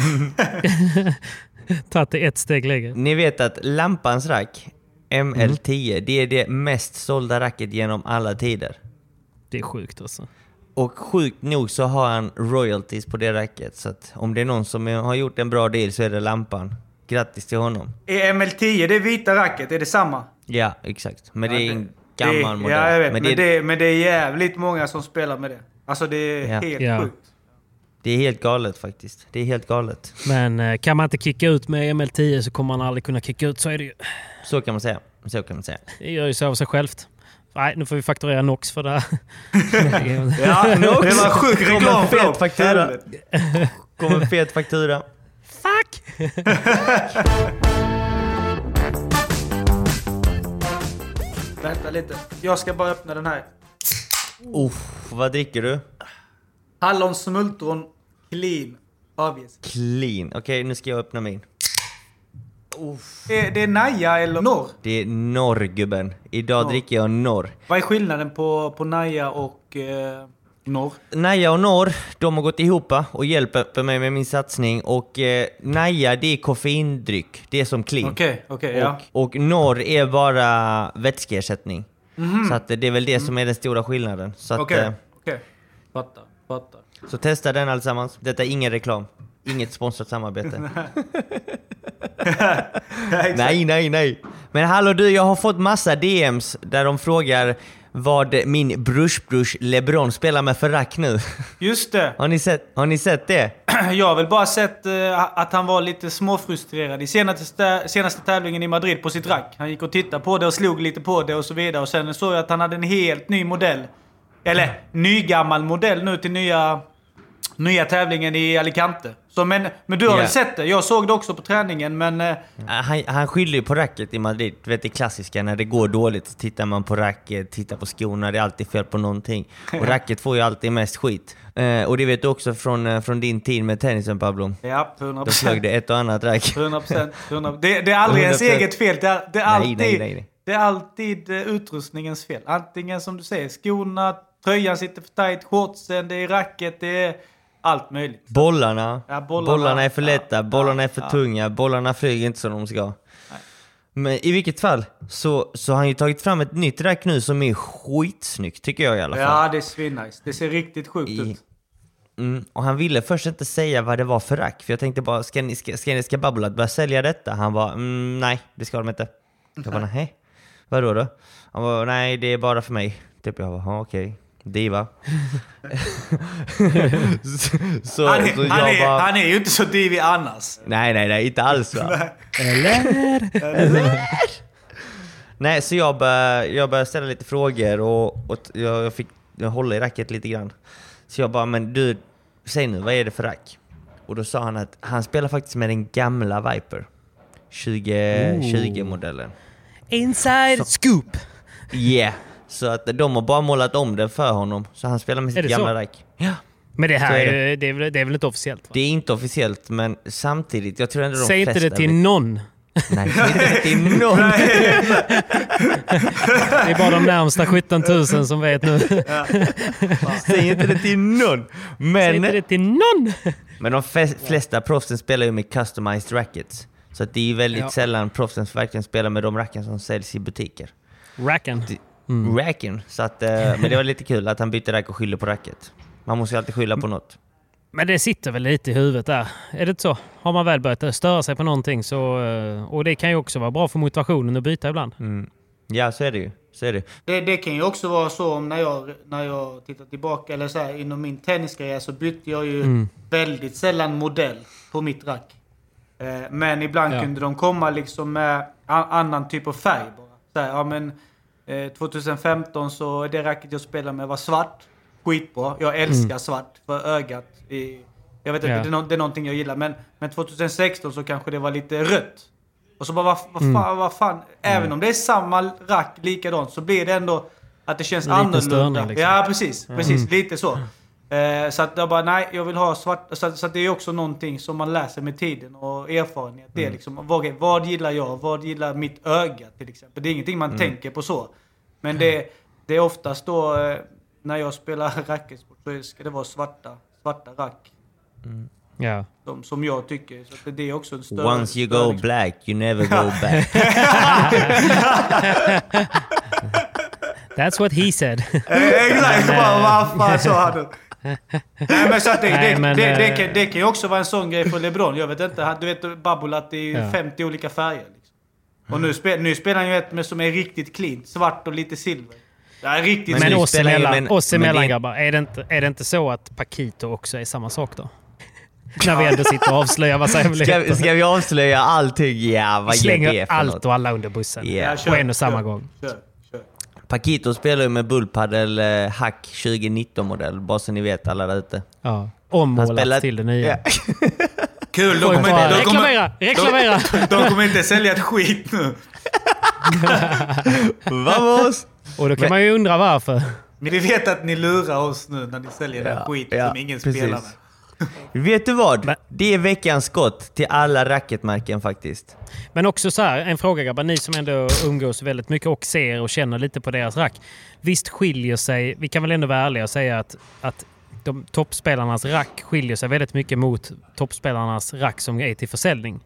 Tagit det ett steg längre. Ni vet att Lampans rack ML10, det är det mest sålda racket genom alla tider. Det är sjukt alltså. Och sjukt nog så har han royalties på det racket. Så att om det är någon som har gjort en bra deal så är det Lampan. Grattis till honom. Är ML10 det vita racket? Är det samma? Ja, exakt. Men det är en gammal modell. Ja, jag vet. Men det är jävligt många som spelar med det. Alltså det är helt sjukt. Det är helt galet faktiskt. Det är helt galet. Men kan man inte kicka ut med ML10 så kommer man aldrig kunna kicka ut. Så är det ju. Så kan man säga. Det gör ju så av sig självt. Nej, nu får vi fakturera Nox för det här. Ja, Nox. Det var sjuk reklam för fet faktura. Kommer fet faktura. Fuck! Vänta lite. Jag ska bara öppna den här. Vad dricker du? Hallonsmultron clean. Avges. Clean. Okej, nu ska jag öppna min. Det är Naja eller Norr? Det är Norr, gubben. Idag dricker jag Norr. Vad är skillnaden på Naja och Norr? Naja och Norr, de har gått ihop och hjälper mig med min satsning. Och Naja, det är koffeindryck. Det är som clean. Okej, ja. Och Norr är bara vätskeersättning. Så att det är väl det som är den stora skillnaden. Okej. Fattar. Så testa den allesammans. Detta är ingen reklam. Inget sponsrat samarbete. Nej. Men hallå du, jag har fått massa DMs där de frågar vad min brors LeBron spelar med för rack nu. Just det. Har ni sett det? Jag har väl bara sett att han var lite småfrustrerad i senaste tävlingen i Madrid på sitt rack. Han gick och tittade på det och slog lite på det och så vidare. Och sen såg jag att han hade en helt ny modell. Eller nygammal modell nu till nya tävlingen i Alicante. Så, men du har väl sett det? Jag såg det också på träningen, men... Han skyller ju på racket i Madrid. Du vet det klassiska, när det går dåligt så tittar man på racket, tittar på skorna, det är alltid fel på någonting. Och racket får ju alltid mest skit. Och det vet du också från din tid med tennisen, Pablo. Ja, 100%. Då flög det ett och annat rack. 100%. Det är aldrig ens eget fel. Det är alltid, nej. Det är alltid utrustningens fel. Antingen som du säger, skorna, tröjan sitter för tajt, shortsen, det är racket, det är... allt möjligt. Bollarna är för lätta, bollarna är för tunga, bollarna flyger inte som de ska. Nej. Men i vilket fall så har han ju tagit fram ett nytt rack nu som är skitsnyggt, tycker jag i alla fall. Ja, det är svinnice. Det ser riktigt sjukt ut. Och han ville först inte säga vad det var för rack, för jag tänkte bara, ska Babblat börja sälja detta? Han var nej, det ska de inte. Jag bara, nej. Vadå då? Han var, nej, det är bara för mig. Typ jag var, okej. Diva. Han är ju inte så divig annars. Nej, inte alls va? Eller? Nej, så jag började ställa lite frågor och jag fick hålla i racket lite grann. Så jag bara, men du, säg nu, vad är det för rack? Och då sa han att han spelar faktiskt med den gamla Viper 2020-modellen. Inside scoop. Yeah. Så att de har bara målat om det för honom. Så han spelar med sitt gamla rack. Ja. Men det här det är väl inte officiellt, va? Det är inte officiellt, men samtidigt, jag tror ändå säg inte det till någon. Nej, säg inte det till någon. Det är bara de närmsta 17 000 som vet nu. Säg inte det till någon. Säg inte det till någon. Men de flesta proffsen spelar ju med customized rackets. Så att det är ju väldigt sällan proffsen verkligen spelar med de racken som säljs i butiker. Racken. Så att, men det var lite kul att han bytte rack och skyller på racket. Man måste ju alltid skylla på något. Men det sitter väl lite i huvudet där. Är det så? Har man väl börjat störa sig på någonting så... Och det kan ju också vara bra för motivationen att byta ibland. Ja, så är det ju. Det kan ju också vara så om när jag tittar tillbaka eller så här, inom min tenniskarriär så bytte jag ju väldigt sällan modell på mitt rack. Men ibland kunde de komma liksom med annan typ av färg bara. Så här, ja men 2015 så det racket jag spelade med var svart. Skitbra. Jag älskar svart för ögat. Jag vet inte, det är någonting jag gillar. Men 2016 så kanske det var lite rött. Och så bara, vad fan. Även om det är samma rack likadant så blir det ändå att det känns lite annorlunda. Störning, liksom. Ja, precis. Lite så. Så att jag bara, nej, jag vill ha svart. Så att det är också någonting som man läser med tiden och erfarenhet. Det är liksom, vad gillar jag? Vad gillar mitt öga till exempel? Det är ingenting man tänker på så. Men det är oftast då, när jag spelar racketsport så ska det vara svarta rack. Ja. Som jag tycker. Så det är också en större... Once you go black, you never go back. That's what he said. Exakt, vad fan sa han? Nej, men så att det kan ju också vara en sån grej för LeBron. Jag vet inte, du vet Babblat i 50 olika färger. Liksom. Och nu spelar han ju ett med som är riktigt clean. Svart och lite silver. Det är riktigt. Men oss emellan grabbar, är det inte så att Paquito också är samma sak då? När vi ändå sitter och avslöjar vad säger ska vi avslöja allting? Ja, vad slänger är det för allt något? Och alla under bussen. På en och samma gång. Kör. Paquito spelar ju med Bullpaddel Hack 2019-modell, bara så ni vet alla där ute. Ja, ommålat till det nya. Ja. Kul, reklamera! De kommer inte sälja ett skit nu. Vamos! Och då kan man ju undra varför. Men vi vet att ni lurar oss nu när ni säljer den skit som ingen spelar med. Vet du vad? Det är veckans skott till alla racketmärken faktiskt. Men också så här, en fråga grabbar, ni som ändå umgås väldigt mycket och ser och känner lite på deras rack. Visst skiljer sig, vi kan väl ändå vara ärliga och säga att de toppspelarnas rack skiljer sig väldigt mycket mot toppspelarnas rack som är till försäljning.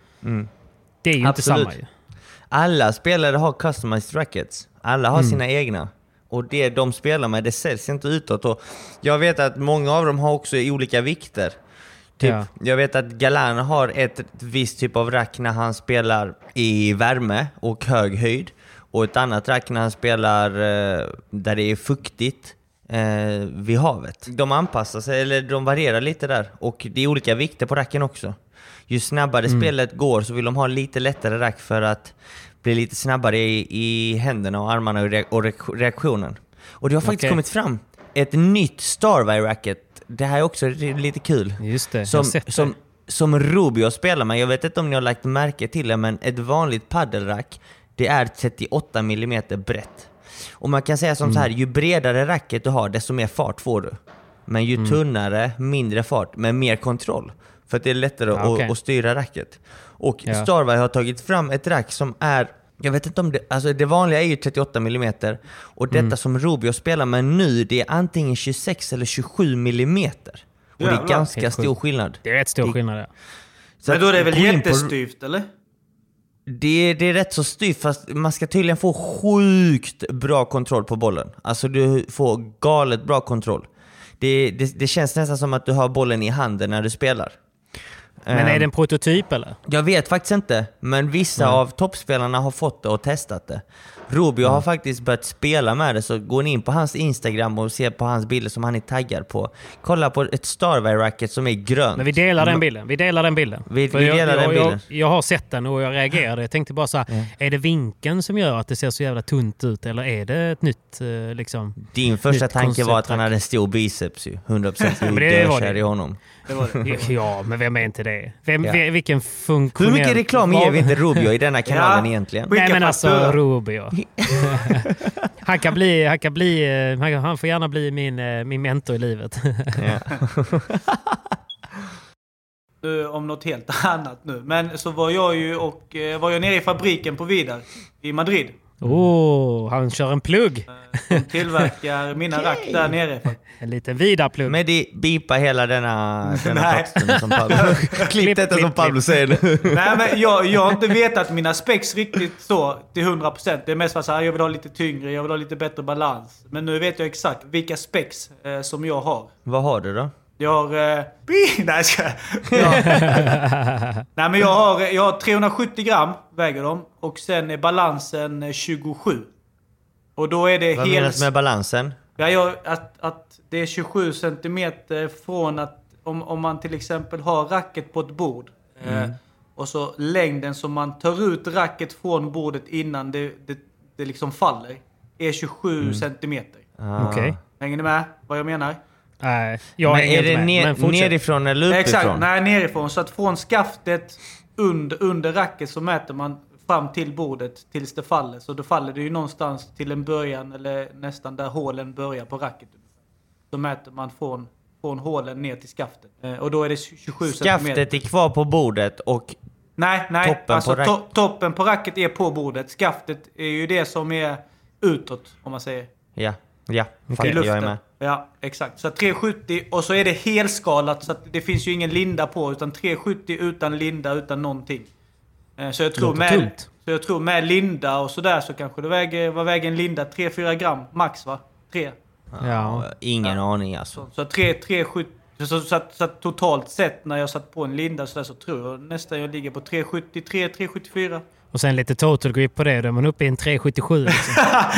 Det är ju inte samma ju. Alla spelare har customized rackets. Alla har sina egna. Och det de spelar med, det säljs inte utåt. Och jag vet att många av dem har också olika vikter. Jag vet att Galan har ett visst typ av rack när han spelar i värme och hög höjd. Och ett annat rack när han spelar där det är fuktigt vid havet. De anpassar sig, eller de varierar lite där. Och det är olika vikter på racken också. Ju snabbare spelet går så vill de ha lite lättare rack för att bli lite snabbare i händerna och armarna och reaktionen. Och det har faktiskt kommit fram ett nytt Starwire-racket. Det här är också lite kul. Just det, som Rubio spelar med. Jag vet inte om ni har lagt märke till det, men ett vanligt paddelrack, det är 38 mm brett. Och man kan säga som så här, ju bredare racket du har, desto mer fart får du. Men ju tunnare, mindre fart, men mer kontroll. För att det är lättare att styra racket. Och Starwire har tagit fram ett rack som är, jag vet inte om det, alltså det vanliga är ju 38 mm. Och detta som Rubio spelar med nu, det är antingen 26 eller 27 mm. Och det är ganska stor skillnad. Det är rätt stor skillnad, ja. Men då är det väl jättestyvt, eller? Det är rätt så styvt, fast man ska tydligen få sjukt bra kontroll på bollen. Alltså du får galet bra kontroll. Det känns nästan som att du har bollen i handen när du spelar. Men är det en prototyp eller? Jag vet faktiskt inte, men vissa av toppspelarna har fått det och testat det. Rubio har faktiskt börjat spela med det, så går ni in på hans Instagram och ser på hans bilder som han är taggad på. Kolla på ett Starwire-racket som är grönt. Men vi delar den bilden. Vi delar den bilden. Jag har sett den och jag reagerade. Jag tänkte bara så här, är det vinkeln som gör att det ser så jävla tunt ut, eller är det ett nytt liksom? Din första tanke var att han hade en stor biceps ju. 100% dödskär i honom. Det var det. Ja, men vem är inte det? Vilken funktionell... Hur mycket reklam ger vi inte Rubio i denna kanalen egentligen? Nej, men alltså Rubio. Han får gärna bli min mentor i livet. Om något helt annat nu. Men så var jag nere i fabriken på Vidar i Madrid. Han kör en plugg. De tillverkar mina rack där nere. En liten Vidar-plugg. Men det bipa hela denna texten som Pablo. Klipp detta som Pablo säger nu. Nej, men jag har inte vetat mina specs riktigt så till 100%. Det är mest för att jag vill ha lite tyngre, jag vill ha lite bättre balans. Men nu vet jag exakt vilka specs som jag har. Vad har du då? Jag har... Nej, men jag har 370 gram väger de. Och sen är balansen 27. Och då är det Vad menas med balansen? Att det är 27 centimeter från att... Om man till exempel har racket på ett bord. Och så längden som man tar ut racket från bordet innan det liksom faller. Är 27 centimeter. Okej. Hänger ni med vad jag menar? Nej, jag är det nerifrån eller uppifrån? Exakt, nej, nerifrån. Så att från skaftet under racket så mäter man fram till bordet tills det faller. Så då faller det ju någonstans till en början eller nästan där hålen börjar på racket. Så mäter man från hålen ner till skaftet. Och då är det 27 centimeter. Skaftet är kvar på bordet och nej, toppen alltså på toppen på racket är på bordet. Skaftet är ju det som är utåt, om man säger. Ja, I luften. Jag är med. Ja, exakt. Så 370 och så är det helskalat så att det finns ju ingen linda på, utan 370 utan linda, utan någonting. Så jag tror med linda och sådär så kanske det väger en linda 3-4 gram max, va? 3. Ja, ingen aning alltså. Så 370 så att totalt sett när jag satt på en linda så tror jag nästan jag ligger på 373, 374. Och sen lite total grip på det, då är man uppe i en 377. Liksom.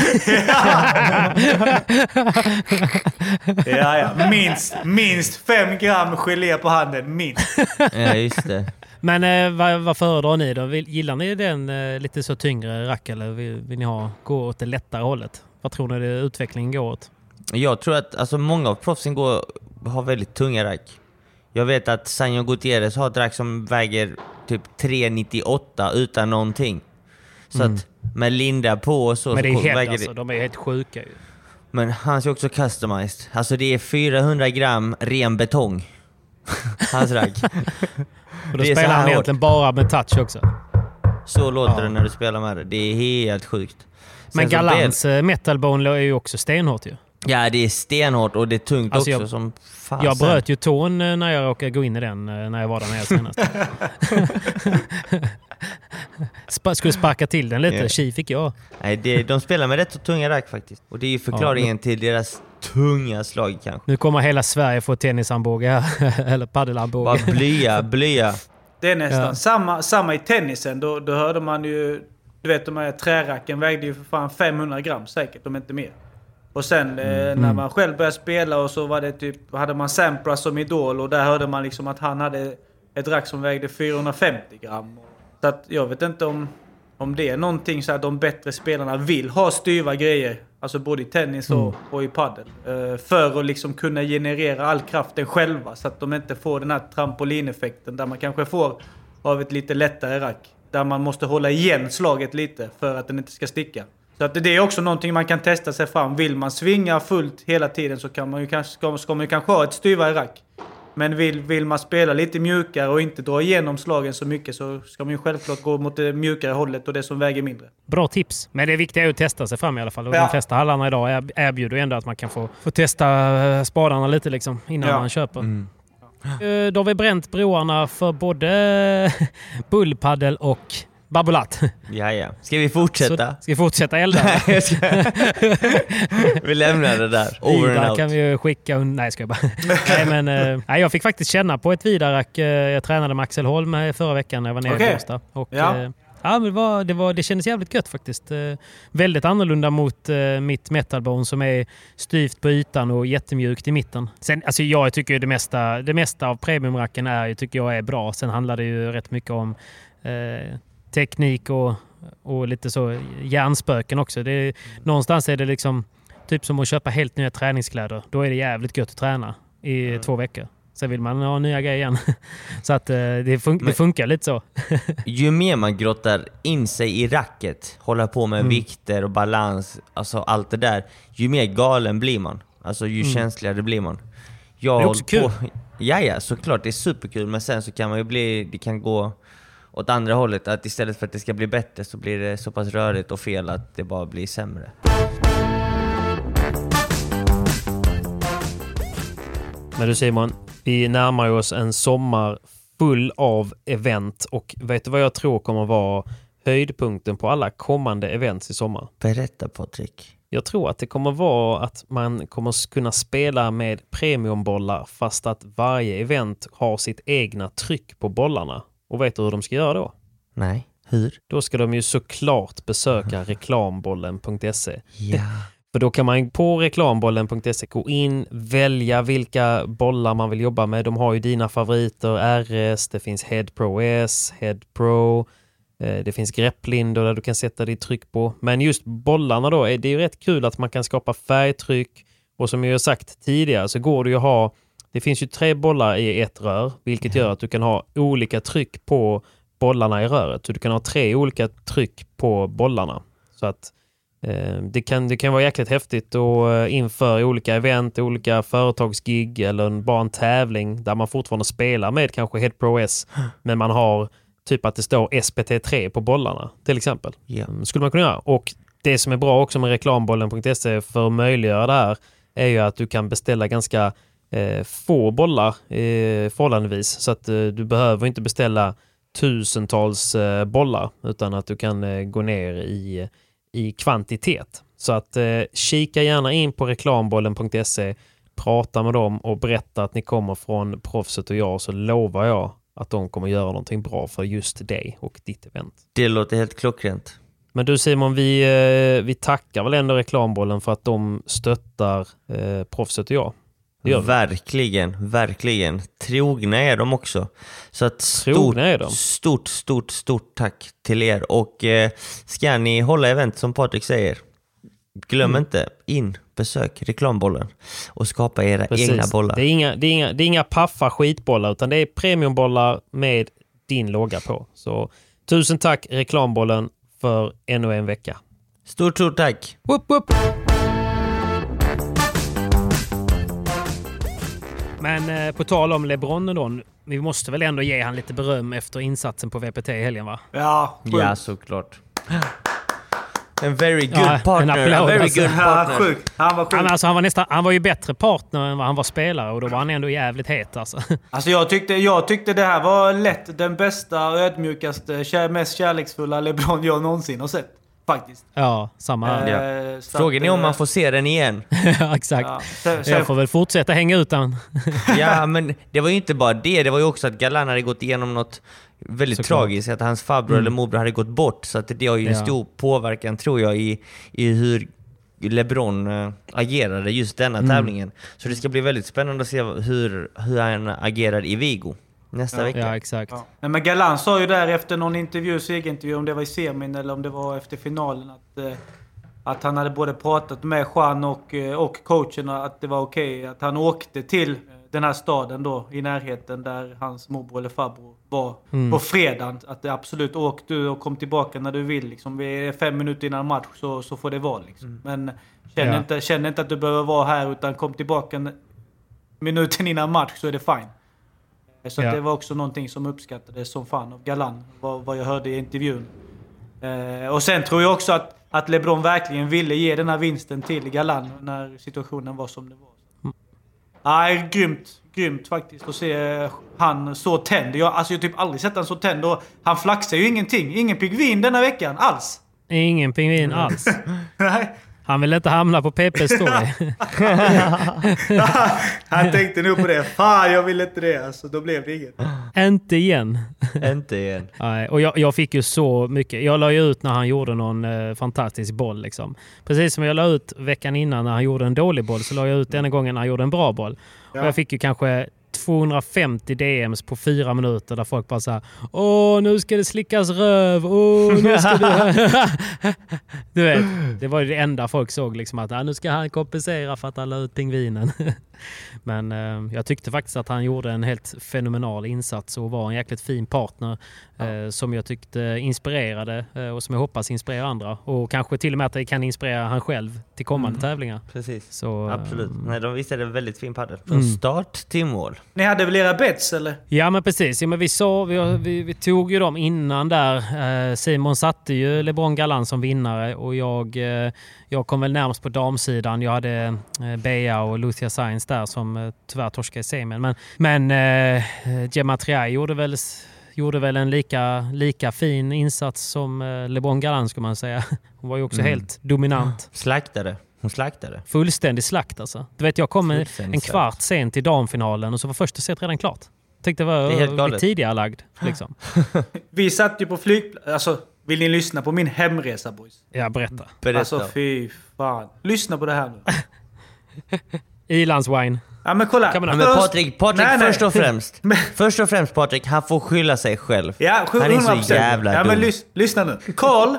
ja. Minst 5 gram gelé på handen, minst. Ja, just det. Men vad föredrar ni då? Gillar ni den lite så tyngre rack, eller vill ni gå åt det lättare hållet? Vad tror ni utvecklingen går åt? Jag tror att alltså, många av proffsen har väldigt tunga rack. Jag vet att Sanjo Gutierrez har ett rack som väger typ 3,98 utan någonting. Så att med linda på och så... Men det är helt väger alltså, de är helt sjuka ju. Men hans är också customized. Alltså det är 400 gram ren betong. Hans rack. Och då spelar han egentligen bara med touch också. Så låter det när du spelar med det. Det är helt sjukt. Men Galans metalbone är ju också stenhårt ju. Ja, det är stenhårt och det är tungt alltså också som fasen. Jag bröt ju tån när jag råkade gå in i den när jag var där nere senast. Skulle sparka till den lite, tji fick jag. Nej, de spelar med rätt så tunga rack faktiskt. Och det är ju förklaringen till deras tunga slag kanske. Nu kommer hela Sverige få tennisarmbåge här, eller paddelarmbåge. Bara blya. Det är nästan samma i tennisen. Då hörde man ju, du vet de här träracken vägde ju för fan 500 gram säkert, om inte mer. Och sen när man själv började spela och så var det typ, hade man Sampras som idol och där hörde man liksom att han hade ett rack som vägde 450 gram. Så att jag vet inte om det är någonting så att de bättre spelarna vill ha styva grejer, alltså både i tennis och i paddel, för att liksom kunna generera all kraften själva så att de inte får den här trampolineffekten där man kanske får av ett lite lättare rack där man måste hålla igen slaget lite för att den inte ska sticka. Så att det är också någonting man kan testa sig fram. Vill man svinga fullt hela tiden så kan man ju ska man ju kanske ha ett styvare rack. Men vill man spela lite mjukare och inte dra igenom slagen så mycket så ska man ju självklart gå mot det mjukare hållet och det som väger mindre. Bra tips. Men det viktiga är att testa sig fram i alla fall. Och de flesta hallarna idag erbjuder ändå att man kan få testa spadarna lite liksom innan man köper. Då har vi bränt broarna för både bullpaddel och babulat. Ja. Ska vi fortsätta? Ska vi fortsätta elda? Vi lämnar det där. Vidar kan vi ju skicka... Nej, ska jag bara... jag fick faktiskt känna på ett Vidarack. Jag tränade med Axel Holm förra veckan när jag var nere i Båstad. Och, men det kändes jävligt gött faktiskt. Väldigt annorlunda mot mitt metalbone som är styvt på ytan och jättemjukt i mitten. Sen, alltså jag tycker ju det mesta av premiumracken tycker jag är bra. Sen handlar det ju rätt mycket om teknik och lite så hjärnspöken också. Någonstans är det liksom typ som att köpa helt nya träningskläder. Då är det jävligt gött att träna i 2 veckor. Sen vill man ha nya grejer igen. Så att det funkar lite så. Ju mer man grottar in sig i racket, håller på med vikter och balans, alltså allt det där, ju mer galen blir man. Alltså ju känsligare blir man. Det är också kul. Ja, såklart. Det är superkul. Men sen så kan man ju det kan gå åt andra hållet. Att istället för att det ska bli bättre så blir det så pass rörigt och fel att det bara blir sämre. Men du Simon, vi närmar oss en sommar full av event. Och vet du vad jag tror kommer vara höjdpunkten på alla kommande events i sommar? Berätta Patrik. Jag tror att det kommer vara att man kommer kunna spela med premiumbollar fast att varje event har sitt egna tryck på bollarna. Och vet du hur de ska göra då? Nej, hur? Då ska de ju såklart besöka reklambollen.se. Ja. För då kan man på reklambollen.se gå in, välja vilka bollar man vill jobba med. De har ju dina favoriter, RS, det finns Head Pro S, Head Pro, det finns grepplindor där du kan sätta ditt tryck på. Men just bollarna då, det är ju rätt kul att man kan skapa färgtryck. Och som jag har sagt tidigare så går det ju att ha, det finns ju 3 bollar i ett rör, vilket gör att du kan ha olika tryck på bollarna i röret. Så du kan ha 3 olika tryck på bollarna. Så att det kan vara jäkligt häftigt och inför olika event, olika företagsgig eller bara en tävling där man fortfarande spelar med kanske Head Pro S men man har typ att det står SPT3 på bollarna till exempel. Skulle man kunna göra. Och det som är bra också med reklambollen.se för att möjliggöra det här är ju att du kan beställa ganska få bollar förhållandevis så att du behöver inte beställa tusentals bollar utan att du kan gå ner i kvantitet. Så att kika gärna in på reklambollen.se, prata med dem och berätta att ni kommer från Proffset och jag, så lovar jag att de kommer göra någonting bra för just dig och ditt event. Det låter helt klockrent. Men du Simon, vi tackar väl ändå Reklambollen för att de stöttar Proffset och jag. Verkligen. Trogna är de också. Så att stort tack till er. Och ska ni hålla event som Patrik säger, glöm inte besök reklambollen och skapa era egna bollar. Det är inga paffa skitbollar, utan det är premiumbollar med din logga på. Så tusen tack reklambollen för ännu en vecka. Stort tack. Woop, woop. Men på tal om LeBron då, vi måste väl ändå ge han lite beröm efter insatsen på VPT i helgen, va? Ja, såklart. En very good partner. En very good partner. Han var sjuk. Han var ju bättre partner än vad han var spelare, och då var han ändå jävligt het alltså. Alltså jag tyckte det här var lätt den bästa, ödmjukaste, mest kärleksfulla LeBron jag någonsin har sett. Faktiskt. Ja, samma här. Frågan är om man får se den igen. Ja, exakt. Ja. Jag får väl fortsätta hänga ut den. Ja, men det var ju inte bara det. Det var ju också att Galan hade gått igenom något väldigt tragiskt. Att hans farbror eller morbror hade gått bort. Så att det har ju en stor påverkan, tror jag, i hur LeBron agerade just denna tävlingen. Så det ska bli väldigt spännande att se hur han agerar i Vigo nästa vecka. Ja, exakt. Ja. Men Galan sa ju där efter någon segerintervju, om det var i semin eller om det var efter finalen, att han hade både pratat med Juan och coacherna att det var okej att han åkte till den här staden då i närheten där hans morbror eller farbror var på fredagen. Att det absolut åkt du och kom tillbaka när du vill. Liksom. Vi är 5 minuter innan match så får det vara. Liksom. Men känn inte att du behöver vara här, utan kom tillbaka minuten innan match så är det fine. Så det var också någonting som uppskattades som fan av Galan, vad jag hörde i intervjun. Och sen tror jag också att LeBron verkligen ville ge den här vinsten till Galan när situationen var som det var. Nej, grymt faktiskt att se han så tänd. Jag har typ aldrig sett han så tänd, och han flaxar ju ingenting. Ingen pingvin denna veckan alls. Ingen pingvin alls. Nej. Han vill inte hamna på Peppes story. Han tänkte nog på det. Fan, jag vill inte det. Alltså, då blev det inget. Inte igen. Inte igen. Nej, och jag fick ju så mycket. Jag la ju ut när han gjorde någon fantastisk boll. Liksom. Precis som jag la ut veckan innan när han gjorde en dålig boll, så la jag ut denna gången när han gjorde en bra boll. Ja. Och jag fick ju kanske 250 DMs på 4 minuter där folk bara så här: åh, nu ska det slickas röv, åh, nu ska det... Du vet, det var ju det enda folk såg, liksom, att nu ska han kompensera för att han la ut pingvinen. Men jag tyckte faktiskt att han gjorde en helt fenomenal insats och var en jäkligt fin partner som jag tyckte inspirerade och som jag hoppas inspirerar andra, och kanske till och med att det kan inspirera han själv till kommande tävlingar. Precis, så, absolut. Nej, de visade en väldigt fin partner från start till mål. Ni hade väl era bets, eller? Ja, men precis. Ja, men vi tog ju dem innan där. Simon satte ju LeBron Galan som vinnare, och jag kom väl närmast på damsidan. Jag hade Bea och Lucia Sainz där som tyvärr torskade i semin. Men Gemma Triay gjorde väl en lika fin insats som LeBron Galan, skulle man säga. Hon var ju också helt dominant. Hon slaktade. Fullständig slakt alltså. Du vet, jag kom en kvart sent till damfinalen och så var första set redan klart. Tänkte det var tidigare lagd. Liksom. Vi satt ju på flygplats. Alltså, vill ni lyssna på min hemresa, boys? Ja, berätta. Alltså, fy fan. Lyssna på det här nu. Ilandswine. Ja, men kolla. Men Patrik, nej. Först och främst Patrik, han får skylla sig själv. Ja, 100%. Han är så jävla dum. Men lyssna nu. Carl,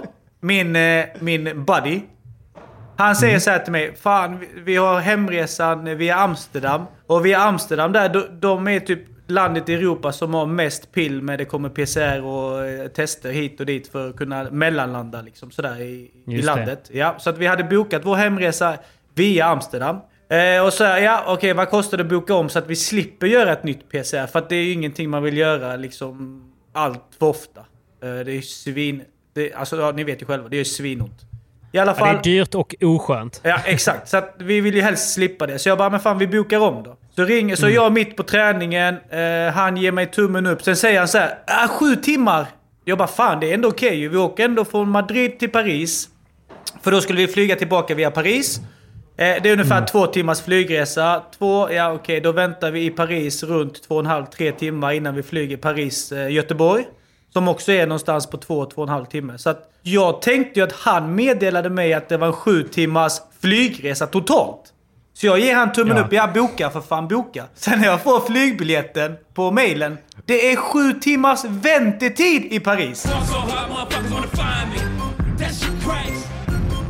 min buddy, han säger så här till mig: fan, vi har hemresan via Amsterdam. Och via Amsterdam där, de är typ landet i Europa som har mest pill med det kommer PCR och tester hit och dit för att kunna mellanlanda liksom sådär i landet. Ja, så att vi hade bokat vår hemresa via Amsterdam. Och så okej, vad kostar det att boka om så att vi slipper göra ett nytt PCR? För att det är ju ingenting man vill göra liksom allt för ofta. Det är alltså, ni vet ju själva, det är svinont. I alla fall, det är dyrt och oskönt. Ja, exakt. Så att vi vill ju helst slippa det. Så jag bara, men fan, vi bokar om då. Så jag mitt på träningen, han ger mig tummen upp. Sen säger han så här: 7 timmar. Jag bara, fan, det är ändå okej. Vi åker ändå från Madrid till Paris. För då skulle vi flyga tillbaka via Paris. Det är ungefär 2 timmars flygresa. Då väntar vi i Paris runt 2,5-3 timmar innan vi flyger Paris-Göteborg. Som också är någonstans på 2,5 timmar. Så att jag tänkte ju att han meddelade mig att det var en 7 timmars flygresa totalt. Så jag ger han tummen upp. Jag bokar, för fan, boka. Sen när jag får flygbiljetten på mailen, det är 7 timmars väntetid i Paris.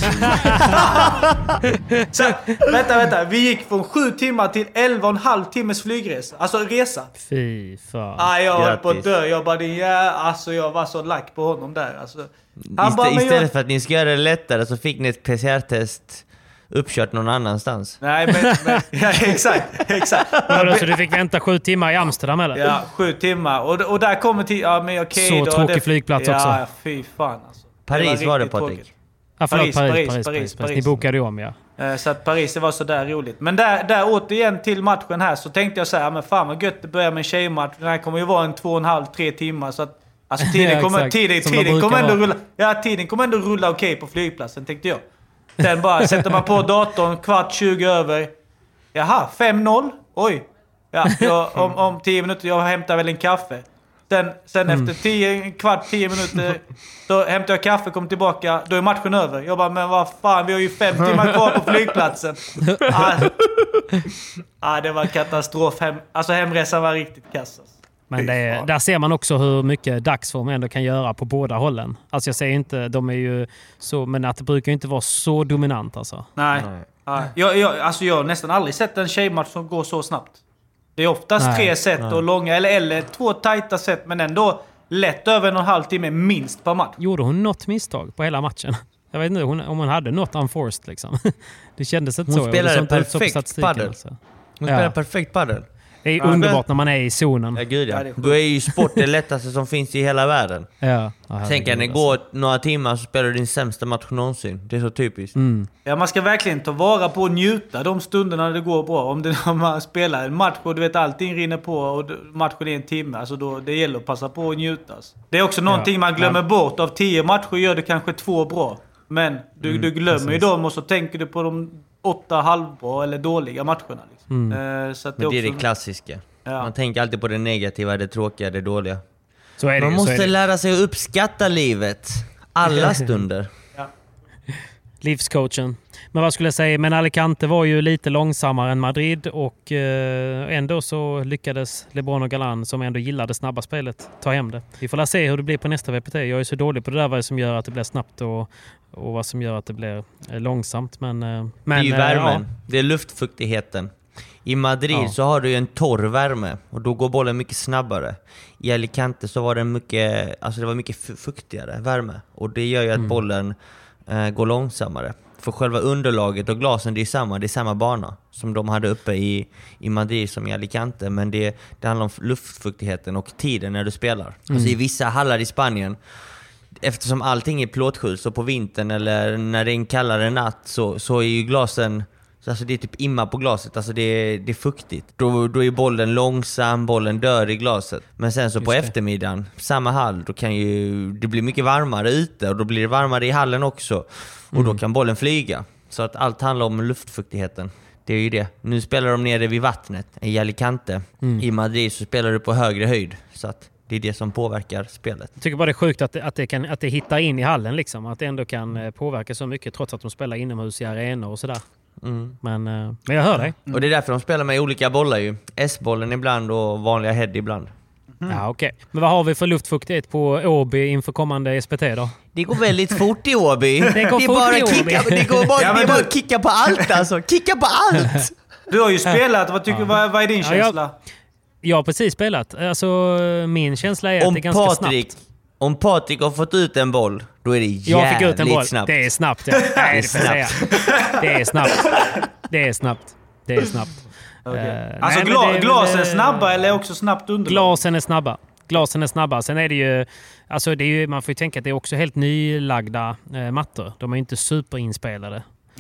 Så, vänta. Vi gick från 7 timmar till 11,5 timmars flygresa. Alltså resa. Fy fan. Jag var på att dö. Jag bara, jag var så lack på honom där. Alltså, istället för att ni ska göra det lättare så fick ni ett PCR-test uppkört någon annanstans. Nej, men ja, exakt. Så du fick vänta 7 timmar i Amsterdam eller? Ja, 7 timmar. Och där kommer till... Ja, men okej, så tråkig flygplats också. Ja, fy fan alltså. Paris var det, Patrik. Ja, Paris. Ni bokade ju om, ja. Så att Paris, det var så där roligt. Men där återigen till matchen här så tänkte jag så här, men fan vad gött det börjar med en tjejmatch. Den här kommer ju vara en 2,5-3 timmar så att alltså tiden kommer ändå rulla. Ja, tiden kommer ändå rulla okej på flygplatsen, tänkte jag. Sen bara sätter man på datorn, 15:20 över. Jaha, 5-0. Oj. Ja, om 10 minuter, jag hämtar väl en kaffe. Sen efter 10 minuter då hämtar jag kaffe, kommer tillbaka, då är matchen över. Jag bara, men vad fan, vi har ju 5 timmar kvar på flygplatsen. Det var katastrof. Hemresan var riktigt kass. Men där ser man också hur mycket dagsform ändå kan göra på båda hållen. Alltså jag säger inte, de är ju så, men att det brukar inte vara så dominant alltså. Nej. Jag har nästan aldrig sett en tjejmatch som går så snabbt. Det är oftast 3 set och långa, eller 2 tajta set, men ändå lätt över 1,5 timme minst per match. Gjorde hon något misstag på hela matchen? Jag vet inte om hon hade något unforced liksom. Det kändes inte så. Hon spelade perfekt paddel. Alltså. Hon spelade perfekt paddel. Det är underbart när man är i zonen. Ja, gud ja. Då är ju sport det lättaste som finns i hela världen. Tänk att det går några timmar så spelar du din sämsta match någonsin. Det är så typiskt. Ja, man ska verkligen ta vara på och njuta de stunderna det går bra. Om man spelar en match och du vet allting rinner på och matchen är en timme. Alltså då, det gäller att passa på och njutas. Det är också någonting man glömmer bort. Av 10 matcher gör du kanske 2 bra. Men du glömmer ju dem och så tänker du på de 8 halvbra eller dåliga matcherna. Liksom. Så att men det är det klassiska. Ja. Man tänker alltid på det negativa, det tråkiga, det dåliga. Så är det, man måste lära sig att uppskatta livet. Alla stunder. Livscoachen. Men vad skulle jag säga? Men Alicante var ju lite långsammare än Madrid och ändå så lyckades LeBron och Galan, som ändå gillade snabba spelet, ta hem det. Vi får se hur det blir på nästa VPT. Jag är så dålig på det där, vad som gör att det blir snabbt och vad som gör att det blir långsamt. Men det är ju värmen. Det är luftfuktigheten. I Madrid så har du ju en torr värme och då går bollen mycket snabbare. I Alicante så var det mycket fuktigare värme och det gör ju att bollen går långsammare. För själva underlaget och glasen, det är samma bana som de hade uppe i Madrid som i Alicante, men det handlar om luftfuktigheten och tiden när du spelar. Alltså i vissa hallar i Spanien, eftersom allting är plåtskjuts, så på vintern eller när det är en kallare natt så är ju glasen, alltså det är typ imma på glaset, alltså det är fuktigt. Då är bollen långsam, bollen dör i glaset. Men sen så på eftermiddagen, samma hall, då kan ju det bli mycket varmare ute och då blir det varmare i hallen också. Och då kan bollen flyga. Så att allt handlar om luftfuktigheten. Det är ju det. Nu spelar de nere vid vattnet i Alicante. I Madrid så spelar du på högre höjd. Så att det är det som påverkar spelet. Jag tycker bara det är sjukt att det hittar in i hallen liksom. Att det ändå kan påverka så mycket trots att de spelar inomhus i arenor och sådär. Men jag hör dig. Och det är därför de spelar med olika bollar ju. S-bollen ibland och vanliga head ibland. Ja, okej. Men vad har vi för luftfuktighet på Åby inför kommande SPT då? Det går väldigt fort i Åby. Det går bara att kicka på allt alltså. Kicka på allt! Du har ju spelat. Vad är din känsla? Jag har precis spelat. Alltså min känsla är att det är ganska snabbt. Om Patrik har fått ut en boll, då är det jävligt fick ut en boll. Snabbt. Det är snabbt, ja. Nej, det är snabbt. Okay. Alltså glasen är snabba eller också snabbt underlag? Glasen är snabba. Sen är det ju, alltså man får ju tänka att det är också helt nylagda mattor. De är inte superinspelade.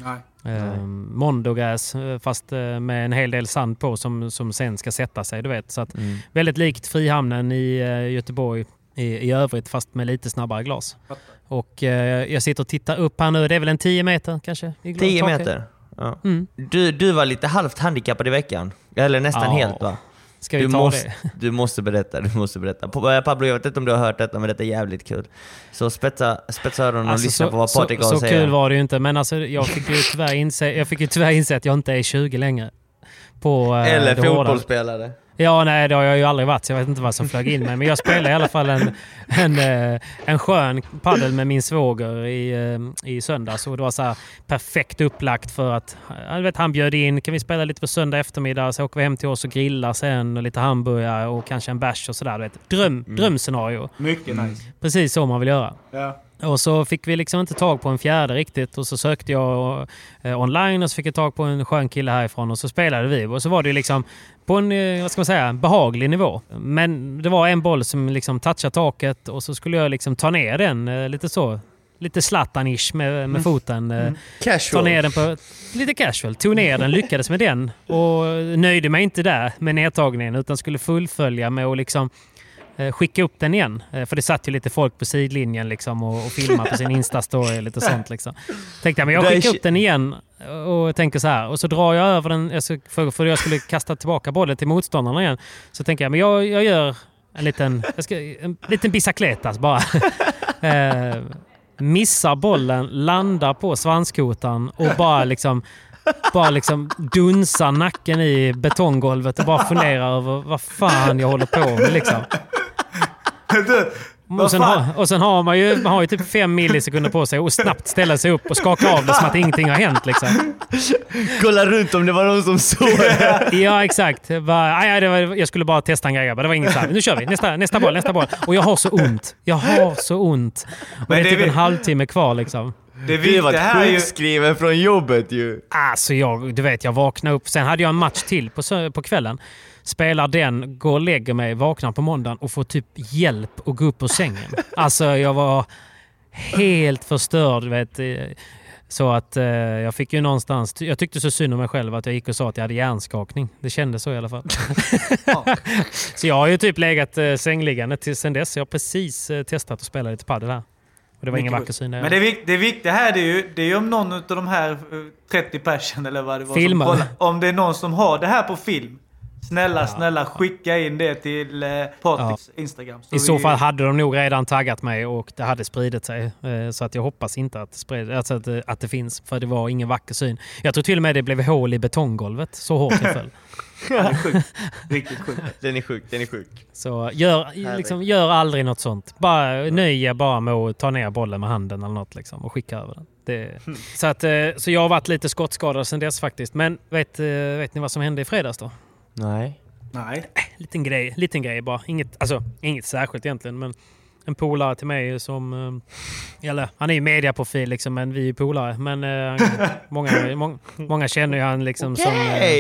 Mondogräs fast med en hel del sand på som sen ska sätta sig, du vet. Så att väldigt likt Frihamnen i Göteborg i övrigt, fast med lite snabbare glas. Och jag sitter och tittar upp här nu. Det är väl en 10 meter kanske? 10 meter? Ja. Du var lite halvt handikappad i veckan. Eller nästan helt, va? Ska vi ta det? Du måste berätta. Pablo, jag vet inte om du har hört detta, men det är jävligt kul. Så spetsa öronen och lyssna på vad Patrik har att säga. Så kul var det ju inte, men alltså, jag fick ju tyvärr inse att jag inte är 20 längre. Eller fotbollsspelare. Ja, nej, det har jag ju aldrig varit, så jag vet inte vad som flög in mig. Men jag spelade i alla fall en skön paddel med min svåger i söndags. Och det var så här perfekt upplagt för att han bjöd in, kan vi spela lite på söndag eftermiddag, så åker vi hem till oss och grillar sen och lite hamburgare och kanske en bärs och sådär. Drömscenario. Mycket nice. Precis så man vill göra. Ja. Och så fick vi liksom inte tag på en fjärde riktigt, och så sökte jag online och så fick jag tag på en skön kille härifrån och så spelade vi. Och så var det liksom på en, vad ska man säga, behaglig nivå. Men det var en boll som liksom touchade taket och så skulle jag liksom ta ner den lite Zlatan-ish med foten. Casual. Ta ner den på lite casual. Tog ner den, lyckades med den och nöjde mig inte där med nedtagningen utan skulle fullfölja med att liksom skicka upp den igen. För det satt ju lite folk på sidlinjen liksom, och filmade på sin Insta-story och lite sånt. Liksom. Tänkte jag, men jag skickar upp den igen och tänker så här. Och så drar jag över den, för jag skulle kasta tillbaka bollen till motståndarna igen. Så tänker jag, men jag gör en liten bicicletas bara. Missar bollen, landar på svanskotan och bara liksom dunsar nacken i betonggolvet och bara funderar över vad fan jag håller på med liksom. Och sen har man ju typ 5 millisekunder på sig och snabbt ställa sig upp och skaka av det som att ingenting har hänt liksom. Kolla runt om det var någon som såg det. Ja, exakt. Jag skulle bara testa en grej. Det var inget så här. Nu kör vi. Nästa boll. Och jag har så ont. Och det är typ en halvtimme kvar liksom. Det var sjukskriven från jobbet ju. Alltså jag vaknade upp. Sen hade jag en match till på kvällen. Spelar den, går och lägger mig, vaknar på måndagen och får typ hjälp att gå upp ur sängen. Alltså jag var helt förstörd, vet. Så att jag fick ju någonstans... Jag tyckte så synd om mig själv att jag gick och sa att jag hade hjärnskakning. Det kändes så i alla fall. Så jag har ju typ legat sängliggande till sen dess. Jag har precis testat att spela lite paddel här. Och det var ingen vacker syn. Men det viktiga här det är ju om någon av de här 30 personer eller vad det var filmen. Som om det är någon som har det här på film. Snälla, skicka in det till Patriks Instagram. I så fall hade de nog redan taggat mig och det hade spridit sig. Så att jag hoppas inte att det finns. För det var ingen vacker syn. Jag tror till och med det blev hål i betonggolvet. Så hårt jag föll. Den är sjuk. Riktigt sjuk. Den är sjuk. Så gör aldrig något sånt. Nöj bara med att ta ner bollen med handen eller något liksom, och skicka över den. Så jag har varit lite skottskadad sedan dess faktiskt. Men vet ni vad som hände i fredags då? Nej. Liten grej bara. Inget särskilt egentligen, men en polare till mig som han är ju mediaprofil liksom, men vi är ju polare, men många känner ju han liksom som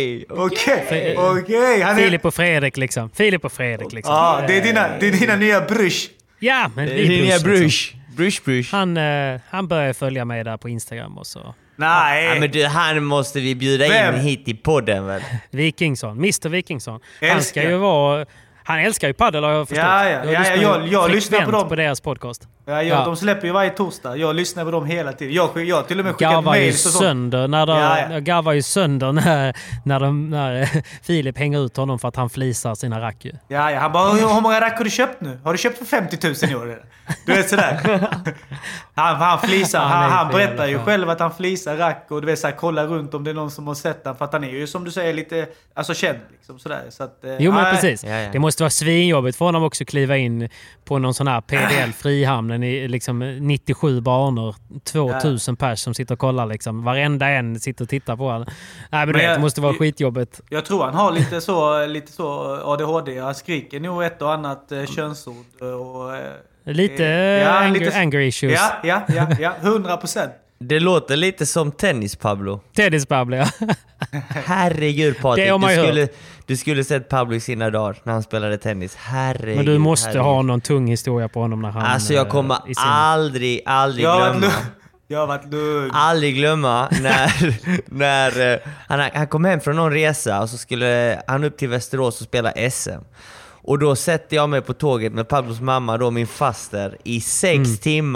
Filip och Fredrik liksom. Ja, det är dina nya brush. Ja, men det är dina brush. Brush. Han börjar följa mig där på Instagram och så. Nej. Ja, men han måste vi bjuda in hit i podden väl? Mr Wikingsson. Han älskar ju paddel, har jag förstått. Jag lyssnar på dem på deras podcast. Ja, de släpper ju varje torsdag. Jag lyssnar på dem hela tiden. Jag till och med skickat mails och sånt. Jag garvar ju sönder när Filip hänger ut honom för att han flisar sina rack ju. Ja, han bara, hur många rack har du köpt nu? Har du köpt för 50 000 i år? Du vet sådär. Han flisar. Han berättar ju själv att han flisar rack och du vet såhär, kolla runt om det är någon som har sett den. För att han är ju som du säger lite känd liksom sådär. Så att, jo men precis. Ja. Det måste vara svinjobbigt för honom också kliva in på någon sån här PDL Frihamnen i liksom 97 banor, 2000 pers som sitter och kollar liksom. Varenda en sitter och tittar på honom. Nej, men det måste vara skitjobbigt. Jag tror han har lite så ADHD. Han skriker nog ett och annat könsord och lite anger issues. Ja, 100%. Det låter lite som Tennis Pablo. Ja. Herregud Patrik, du skulle sett Pablo i sina dagar när han spelade tennis. Herregud. Men du måste ha någon tung historia på honom när han... Alltså jag kommer aldrig glömma. Jag har varit lugn. Aldrig glömma när han kom hem från någon resa och så skulle han upp till Västerås och spela SM. Och då sätter jag mig på tåget med Pablos mamma, då min faster, i 6 timmar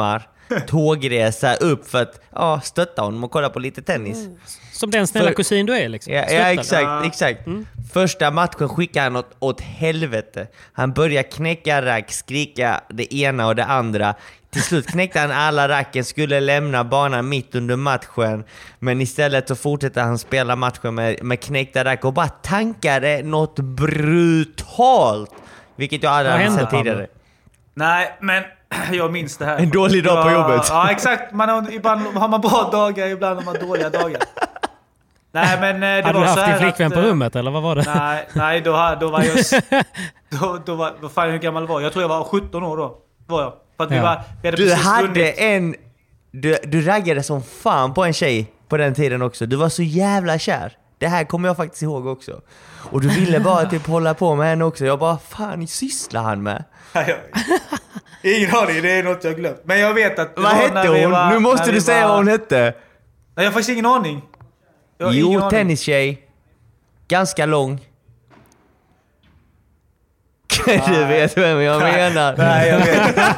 tågresa upp för att stötta honom och kolla på lite tennis. Som den snälla kusin du är liksom. Ja, exakt. Första matchen skickade han åt helvete. Han började knäcka rack, skrika det ena och det andra. Till slut knäckte han alla racken, skulle lämna banan mitt under matchen. Men istället så fortsatte han spela matchen med knäckta rack och bara tankade något brutalt. Vilket jag aldrig hade sett tidigare. Nej, men jag minns det här. En dålig dag på jobbet. Ja, exakt. Ibland har man bra dagar, ibland har man dåliga dagar. Nej, men det hade var du så haft här din flickvän på rummet, eller vad var det? Nej, då var jag... Då var, vad fan, hur gammal var jag? Jag tror jag var 17 år då. Var jag. För att vi hade du raggade som fan på en tjej på den tiden också. Du var så jävla kär. Det här kommer jag faktiskt ihåg också. Och du ville bara typ hålla på med henne också. Jag bara, fan, sysslar han med? Ingen aning, det är något jag glömt. Men jag vet att... Vad hette hon? Nu måste du säga vad hon hette. Nej, jag har faktiskt ingen aning. Tennistjej. Ganska lång. Du vet vem jag menar. Nej, jag vet inte.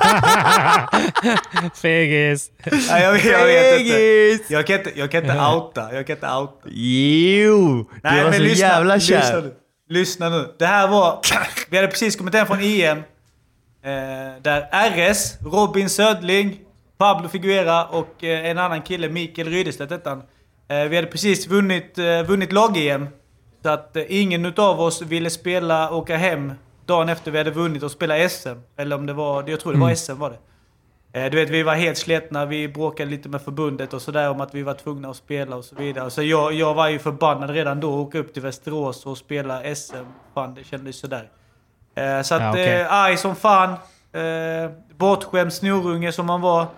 Fegis. Nej, jag vet inte. Jag kan inte outa. Jo, nej, du var så jävla kär. Lyssna nu. Det här var... Vi hade precis kommit hem från EM. Där RS, Robin Södling, Pablo Figuera och en annan kille, Mikael Rydeslett hette han. Vi hade precis vunnit lag-EM. Så att ingen utav oss ville åka hem dagen efter vi hade vunnit och spela SM. Eller om det var, jag tror det var SM var det. Du vet, vi var helt sletna, vi bråkade lite med förbundet och sådär om att vi var tvungna att spela och så vidare. Så jag var ju förbannad redan då att åka upp till Västerås och spela SM. Fan, det kändes sådär. Så att, arg som fan. Bortskämd snorunge som man var.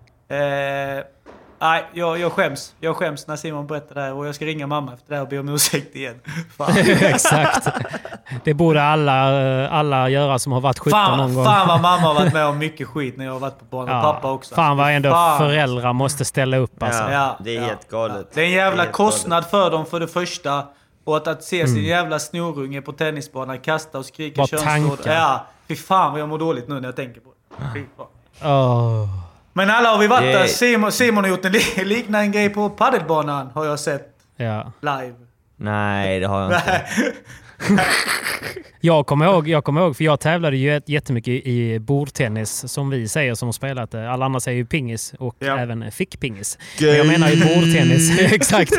Nej, jag skäms när Simon berättar det här. Och jag ska ringa mamma efter det här och be om ursäkt igen. Exakt. Det borde alla göra som har varit 17 någon gång. Fan vad mamma har varit med om mycket skit när jag har varit på barn. Och pappa också. Fan vad ändå föräldrar måste ställa upp alltså. Ja, det är helt galet. Det är en jävla kostnad för dem för det första. Och att se sin jävla snorunge på tennisbanan kasta och skrika könsord. Ja, fy fan vad jag mår dåligt nu när jag tänker på det. Fy fan. Men alla har vi varit där. Simon har gjort en liknande grej på paddelbanan har jag sett live. Nej, det har jag inte. Jag kommer ihåg, för jag tävlade ju jättemycket i bordtennis som vi säger som har spelat. Alla andra säger ju pingis och även fickpingis. Men jag menar ju bordtennis. Exakt.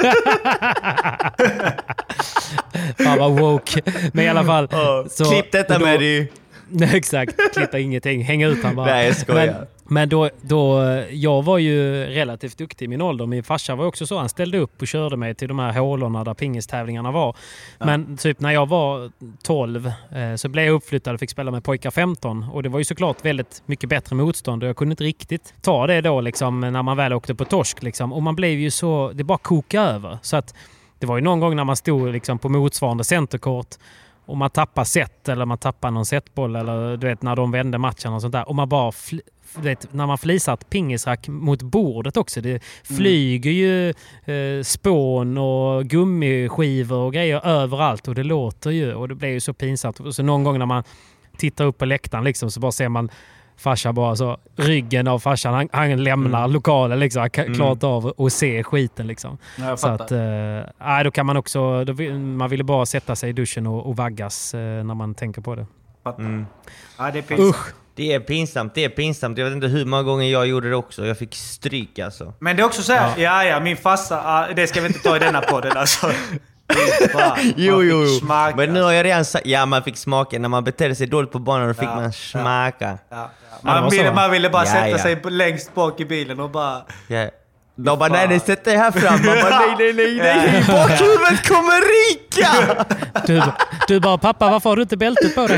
Fan vad woke. Men i alla fall. Så, klipp detta med dig. Exakt, klippa ingenting. Hänga ut han bara. Nej, jag skojar. Men då, jag var ju relativt duktig i min ålder. Min farsa var också så. Han ställde upp och körde mig till de här hålorna där pingistävlingarna var. Ja. Men typ när jag var 12 så blev jag uppflyttad och fick spela med pojkar 15. Och det var ju såklart väldigt mycket bättre motstånd. Och jag kunde inte riktigt ta det då liksom, när man väl åkte på torsk. Liksom. Och man blev ju så... Det bara kokade över. Så att det var ju någon gång när man stod liksom, på motsvarande centerkort och man tappar set eller man tappar någon setboll eller du vet när de vände matchen och sånt där. Och man bara... när man flisar ett pingisrack mot bordet också. Det flyger ju spån och gummiskivor och grejer överallt och det låter ju och det blir ju så pinsamt. Och så någon gång när man tittar upp på läktaren liksom, så bara ser man farsa bara så ryggen av farsan han lämnar lokalen liksom, klart av att se skiten liksom. Så att då kan man också man ville bara sätta sig i duschen och vaggas när man tänker på det. Ja, det är pinsamt. Det är pinsamt. Jag vet inte hur många gånger jag gjorde det också. Jag fick stryk alltså. Men det är också så här, min farsa, det ska vi inte ta i denna podden alltså. Jo. Men nu har jag redan sagt, man fick smaka. När man betedde sig dåligt på banan då fick man smaka. Man ville bara sätta sig längst bak i bilen och bara... De bara, nej, sätt dig här fram. Man bara, nej. Bakhuvudet kommer rika! Du bara, pappa, varför har du inte bältet på dig?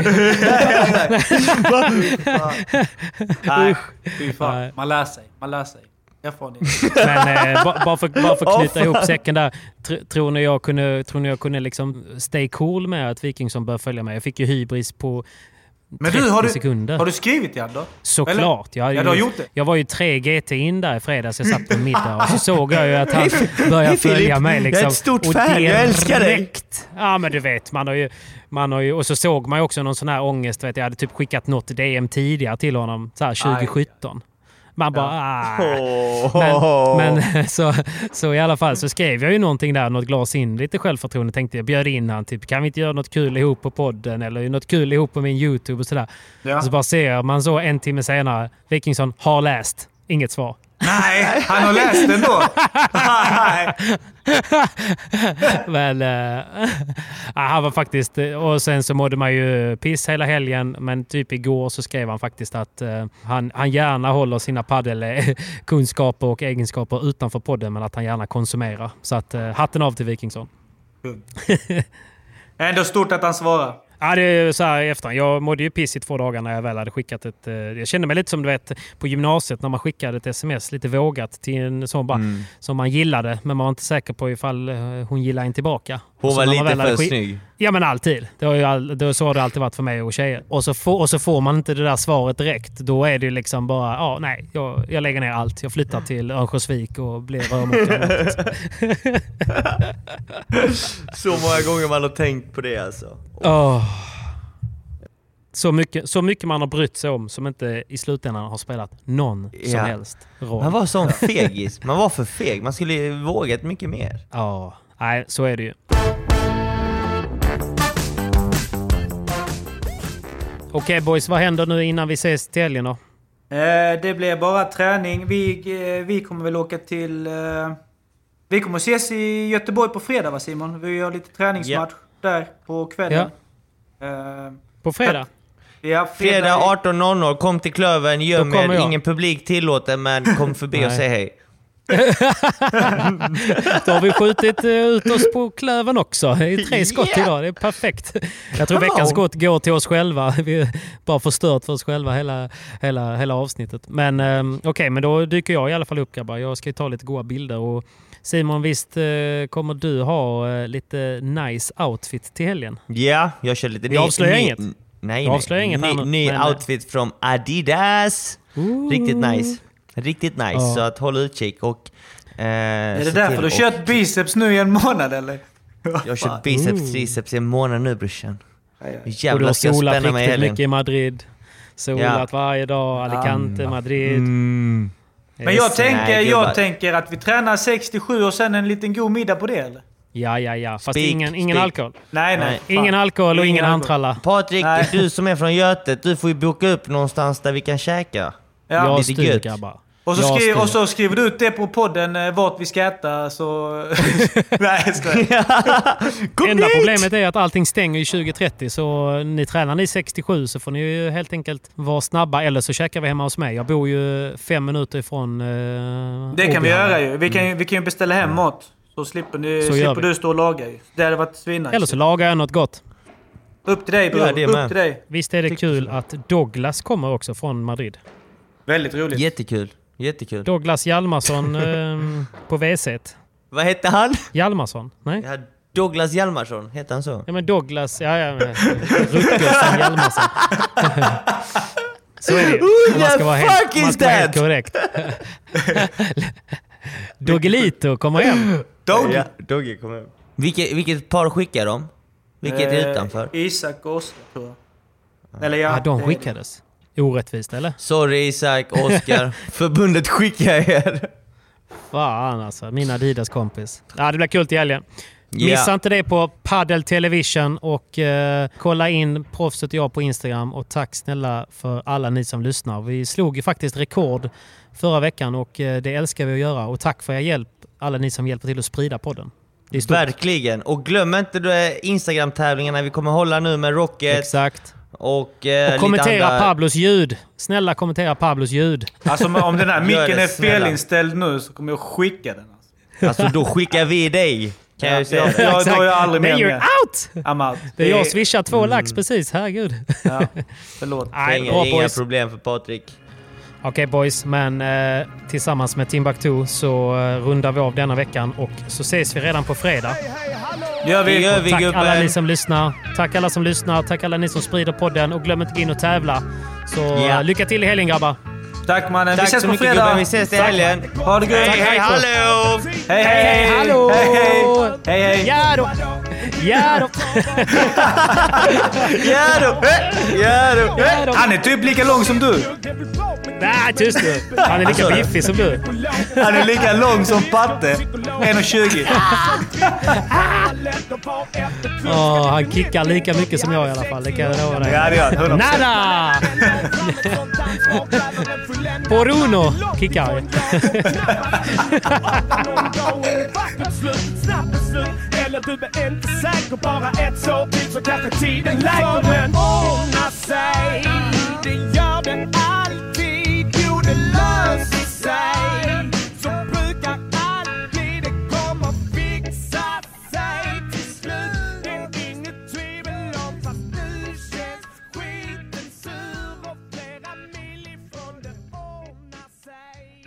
Nej, man lär sig. Men bara för att knyta ihop säcken där. Tror ni jag kunde liksom stay cool med att Wikingsson bör följa med? Jag fick ju hybris på 30 sekunder. Har du skrivit igen då? Såklart. Du har gjort det. Jag var ju 3 GT in där i fredags. Jag satt på middag och så såg jag ju att han började följa mig. Liksom. Jag är ett stort fan, jag älskar dig. Ja, men du vet, man har ju... Och så såg man ju också någon sån här ångest. Vet jag hade typ skickat något DM tidigare till honom. Så här 2017. Man bara, Men så i alla fall så skrev jag ju någonting där, något glas in, lite självförtroende, tänkte jag, bjöd in han, typ, kan vi inte göra något kul ihop på podden eller något kul ihop på min YouTube och sådär. Ja. Och så bara ser man så en timme senare, Wikingsson har läst, inget svar. Nej, han har läst den då. Men han var faktiskt, och sen så mådde man ju piss hela helgen, men typ igår så skrev han faktiskt att han gärna håller sina paddelkunskaper och egenskaper utanför podden, men att han gärna konsumerar. Så att hatten av till Wikingsson. Ändå stort att han svarar. Ja, det är så här i efterhand. Jag mådde ju piss i 2 dagar när jag väl hade skickat ett... Jag kände mig lite som du vet på gymnasiet när man skickade ett sms lite vågat till en sån bara, som man gillade, men man var inte säker på ifall hon gillade en tillbaka. Hon var lite för snygg. Ja, men alltid. Så har det alltid varit för mig och tjejer. Och så får man inte det där svaret direkt. Då är det ju liksom bara, nej, jag lägger ner allt. Jag flyttar till Örnsköldsvik och blir rörmokare. Så många gånger man har tänkt på det alltså. Så mycket man har brytt sig om som inte i slutändan har spelat någon som helst roll. Man var sån fegis. Man var för feg. Man skulle vågat mycket mer. Ja, nej, så är det ju. Okej, boys, vad händer nu innan vi ses till helgen då? Det blir bara träning. Vi kommer väl åka till... Vi kommer ses i Göteborg på fredag, va Simon? Vi gör lite träningsmatch där på kvällen. På fredag? Ja, fredag 18.00. Kom till Klövern, göm er. Ingen publik tillåter, men kom förbi och säg hej. Då har vi skjutit ut oss på Klövern också. Det är 3 skott idag, det är perfekt. Jag tror veckans skott går till oss själva. Vi har bara förstört för oss själva hela avsnittet. Men okej, men då dyker jag i alla fall upp, grabbar. Jag ska ta lite goda bilder. Och Simon, visst kommer du ha lite nice outfit till helgen? Ja, jag kör lite... Vi avslöjar inget. Nej. Ny outfit från Adidas. Riktigt nice. Så att hålla utkik. Och, är det därför du har kört biceps nu i en månad, eller? Jag har kört biceps, triceps i en månad nu, brorsan. Och du har solat riktigt mycket i Madrid. Solat varje dag, Alicante, Madrid. Men jag tänker att vi tränar 67 och sen en liten god middag på det, eller? Ja. Fast ingen alkohol. Nej. Ingen alkohol och ingen handtralla. Patrik, du som är från Götet, du får ju boka upp någonstans där vi kan käka. Ja. Jag styr, grabbar. Och så skriver du ut det på podden vart vi ska äta, så... Nej, enda problemet är att allting stänger i 2030, så ni tränar ni 67 så får ni ju helt enkelt vara snabba, eller så käkar vi hemma hos mig. Jag bor ju 5 minuter ifrån... det kan vi göra ju. Vi kan ju beställa hem mat, så slipper du stå och laga ju. Det hade varit svinna. Eller så lagar jag något gott. Upp till dig, bror. Upp till dig. Visst är det kul att Douglas kommer också från Madrid. Väldigt roligt. Jättekul. Douglas Hjalmarsson på WC. Vad hette han? Hjalmarsson, nej? Ja, Douglas Hjalmarsson, heter han så? Ja, men Douglas, Rutgersson Hjalmarsson. Så är det. Man ska vara helt korrekt. Doggelito kommer hem. Dogge kommer hem. Vilket par skickar de? Vilket är utanför? Isak och Oskar, tror jag. Eller de skickades. Orättvist, eller? Sorry Isak, Oskar. Förbundet skickar er. Fan alltså, min Adidas kompis. Ja, det blir kul till helgen. Missa inte det på Paddle Television och kolla in Proffset och jag på Instagram. Och tack snälla för alla ni som lyssnar. Vi slog ju faktiskt rekord förra veckan och det älskar vi att göra. Och tack för er hjälp, alla ni som hjälper till att sprida podden. Det är stort. Verkligen. Och glöm inte Instagram-tävlingarna vi kommer hålla nu med Rocket. Exakt. Och kommentera Pablos ljud. Snälla kommentera Pablos ljud. Alltså om den här micken är felinställd nu så kommer jag skicka den. Alltså då skickar vi dig. Kan jag säga. Då är jag aldrig med. You're out! I'm out. Det är jag swishar 2 lax precis. Herregud. Ja, förlåt. Inga problem för Patrik. Okej, boys, men tillsammans med Timbuktu så rundar vi av denna veckan och så ses vi redan på fredag. Gör vi, tack alla ni som lyssnar. Tack alla som lyssnar. Tack alla ni som sprider podden. Och glöm inte att gå in och tävla. Så lycka till i helgen, grabbar. Tack mannen. Tack vi ses så på mycket, fredag. Gubben. Vi ses i helgen. Ha det gött. Hej, hallå. Hej, hallå. Hej. Ja då. Han är typ lika lång som du. Nej, tyst du. Han är lika biffig som du. Han är lika lång som Patte. 1,20. Han kickar lika mycket som jag i alla fall. Det kan jag lova dig. Ja, det gör 100%. Nada! Poruno kickar. Eller du är inte säker, bara ett så till så kanske tiden läker. Men ordna sig, det gör det alltid. Jo, det löser sig. Så brukar alltid det kommer fixa sig till slut. Det är inget tvivel om fast nu känns skiten sur och flera mil ifrån det ordnar sig.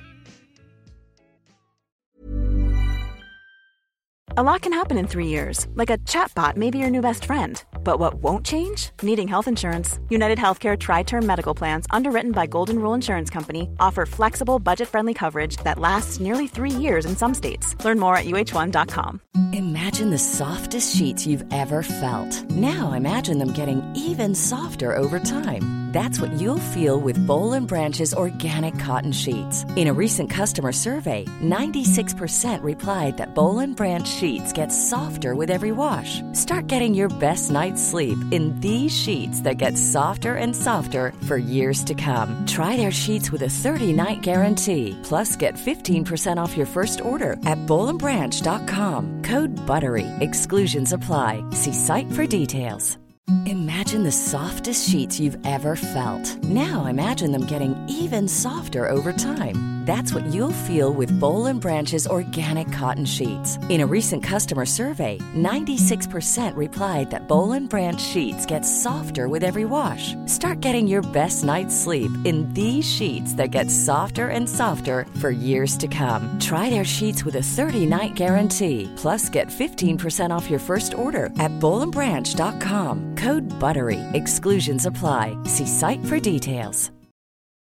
A lot can happen in 3 years, like a chatbot may be your new best friend. But what won't change? Needing health insurance. United Healthcare Tri-Term Medical Plans, underwritten by Golden Rule Insurance Company, offer flexible, budget-friendly coverage that lasts nearly 3 years in some states. Learn more at uh1.com. Imagine the softest sheets you've ever felt. Now imagine them getting even softer over time. That's what you'll feel with Boll & Branch's organic cotton sheets. In a recent customer survey, 96% replied that Boll & Branch sheets get softer with every wash. Start getting your best night's sleep in these sheets that get softer and softer for years to come. Try their sheets with a 30-night guarantee. Plus, get 15% off your first order at bollandbranch.com. Code BUTTERY. Exclusions apply. See site for details. Imagine the softest sheets you've ever felt. Now imagine them getting even softer over time. That's what you'll feel with Boll & Branch's organic cotton sheets. In a recent customer survey, 96% replied that Boll & Branch sheets get softer with every wash. Start getting your best night's sleep in these sheets that get softer and softer for years to come. Try their sheets with a 30-night guarantee. Plus, get 15% off your first order at bollandbranch.com. Code BUTTERY. Exclusions apply. See site for details.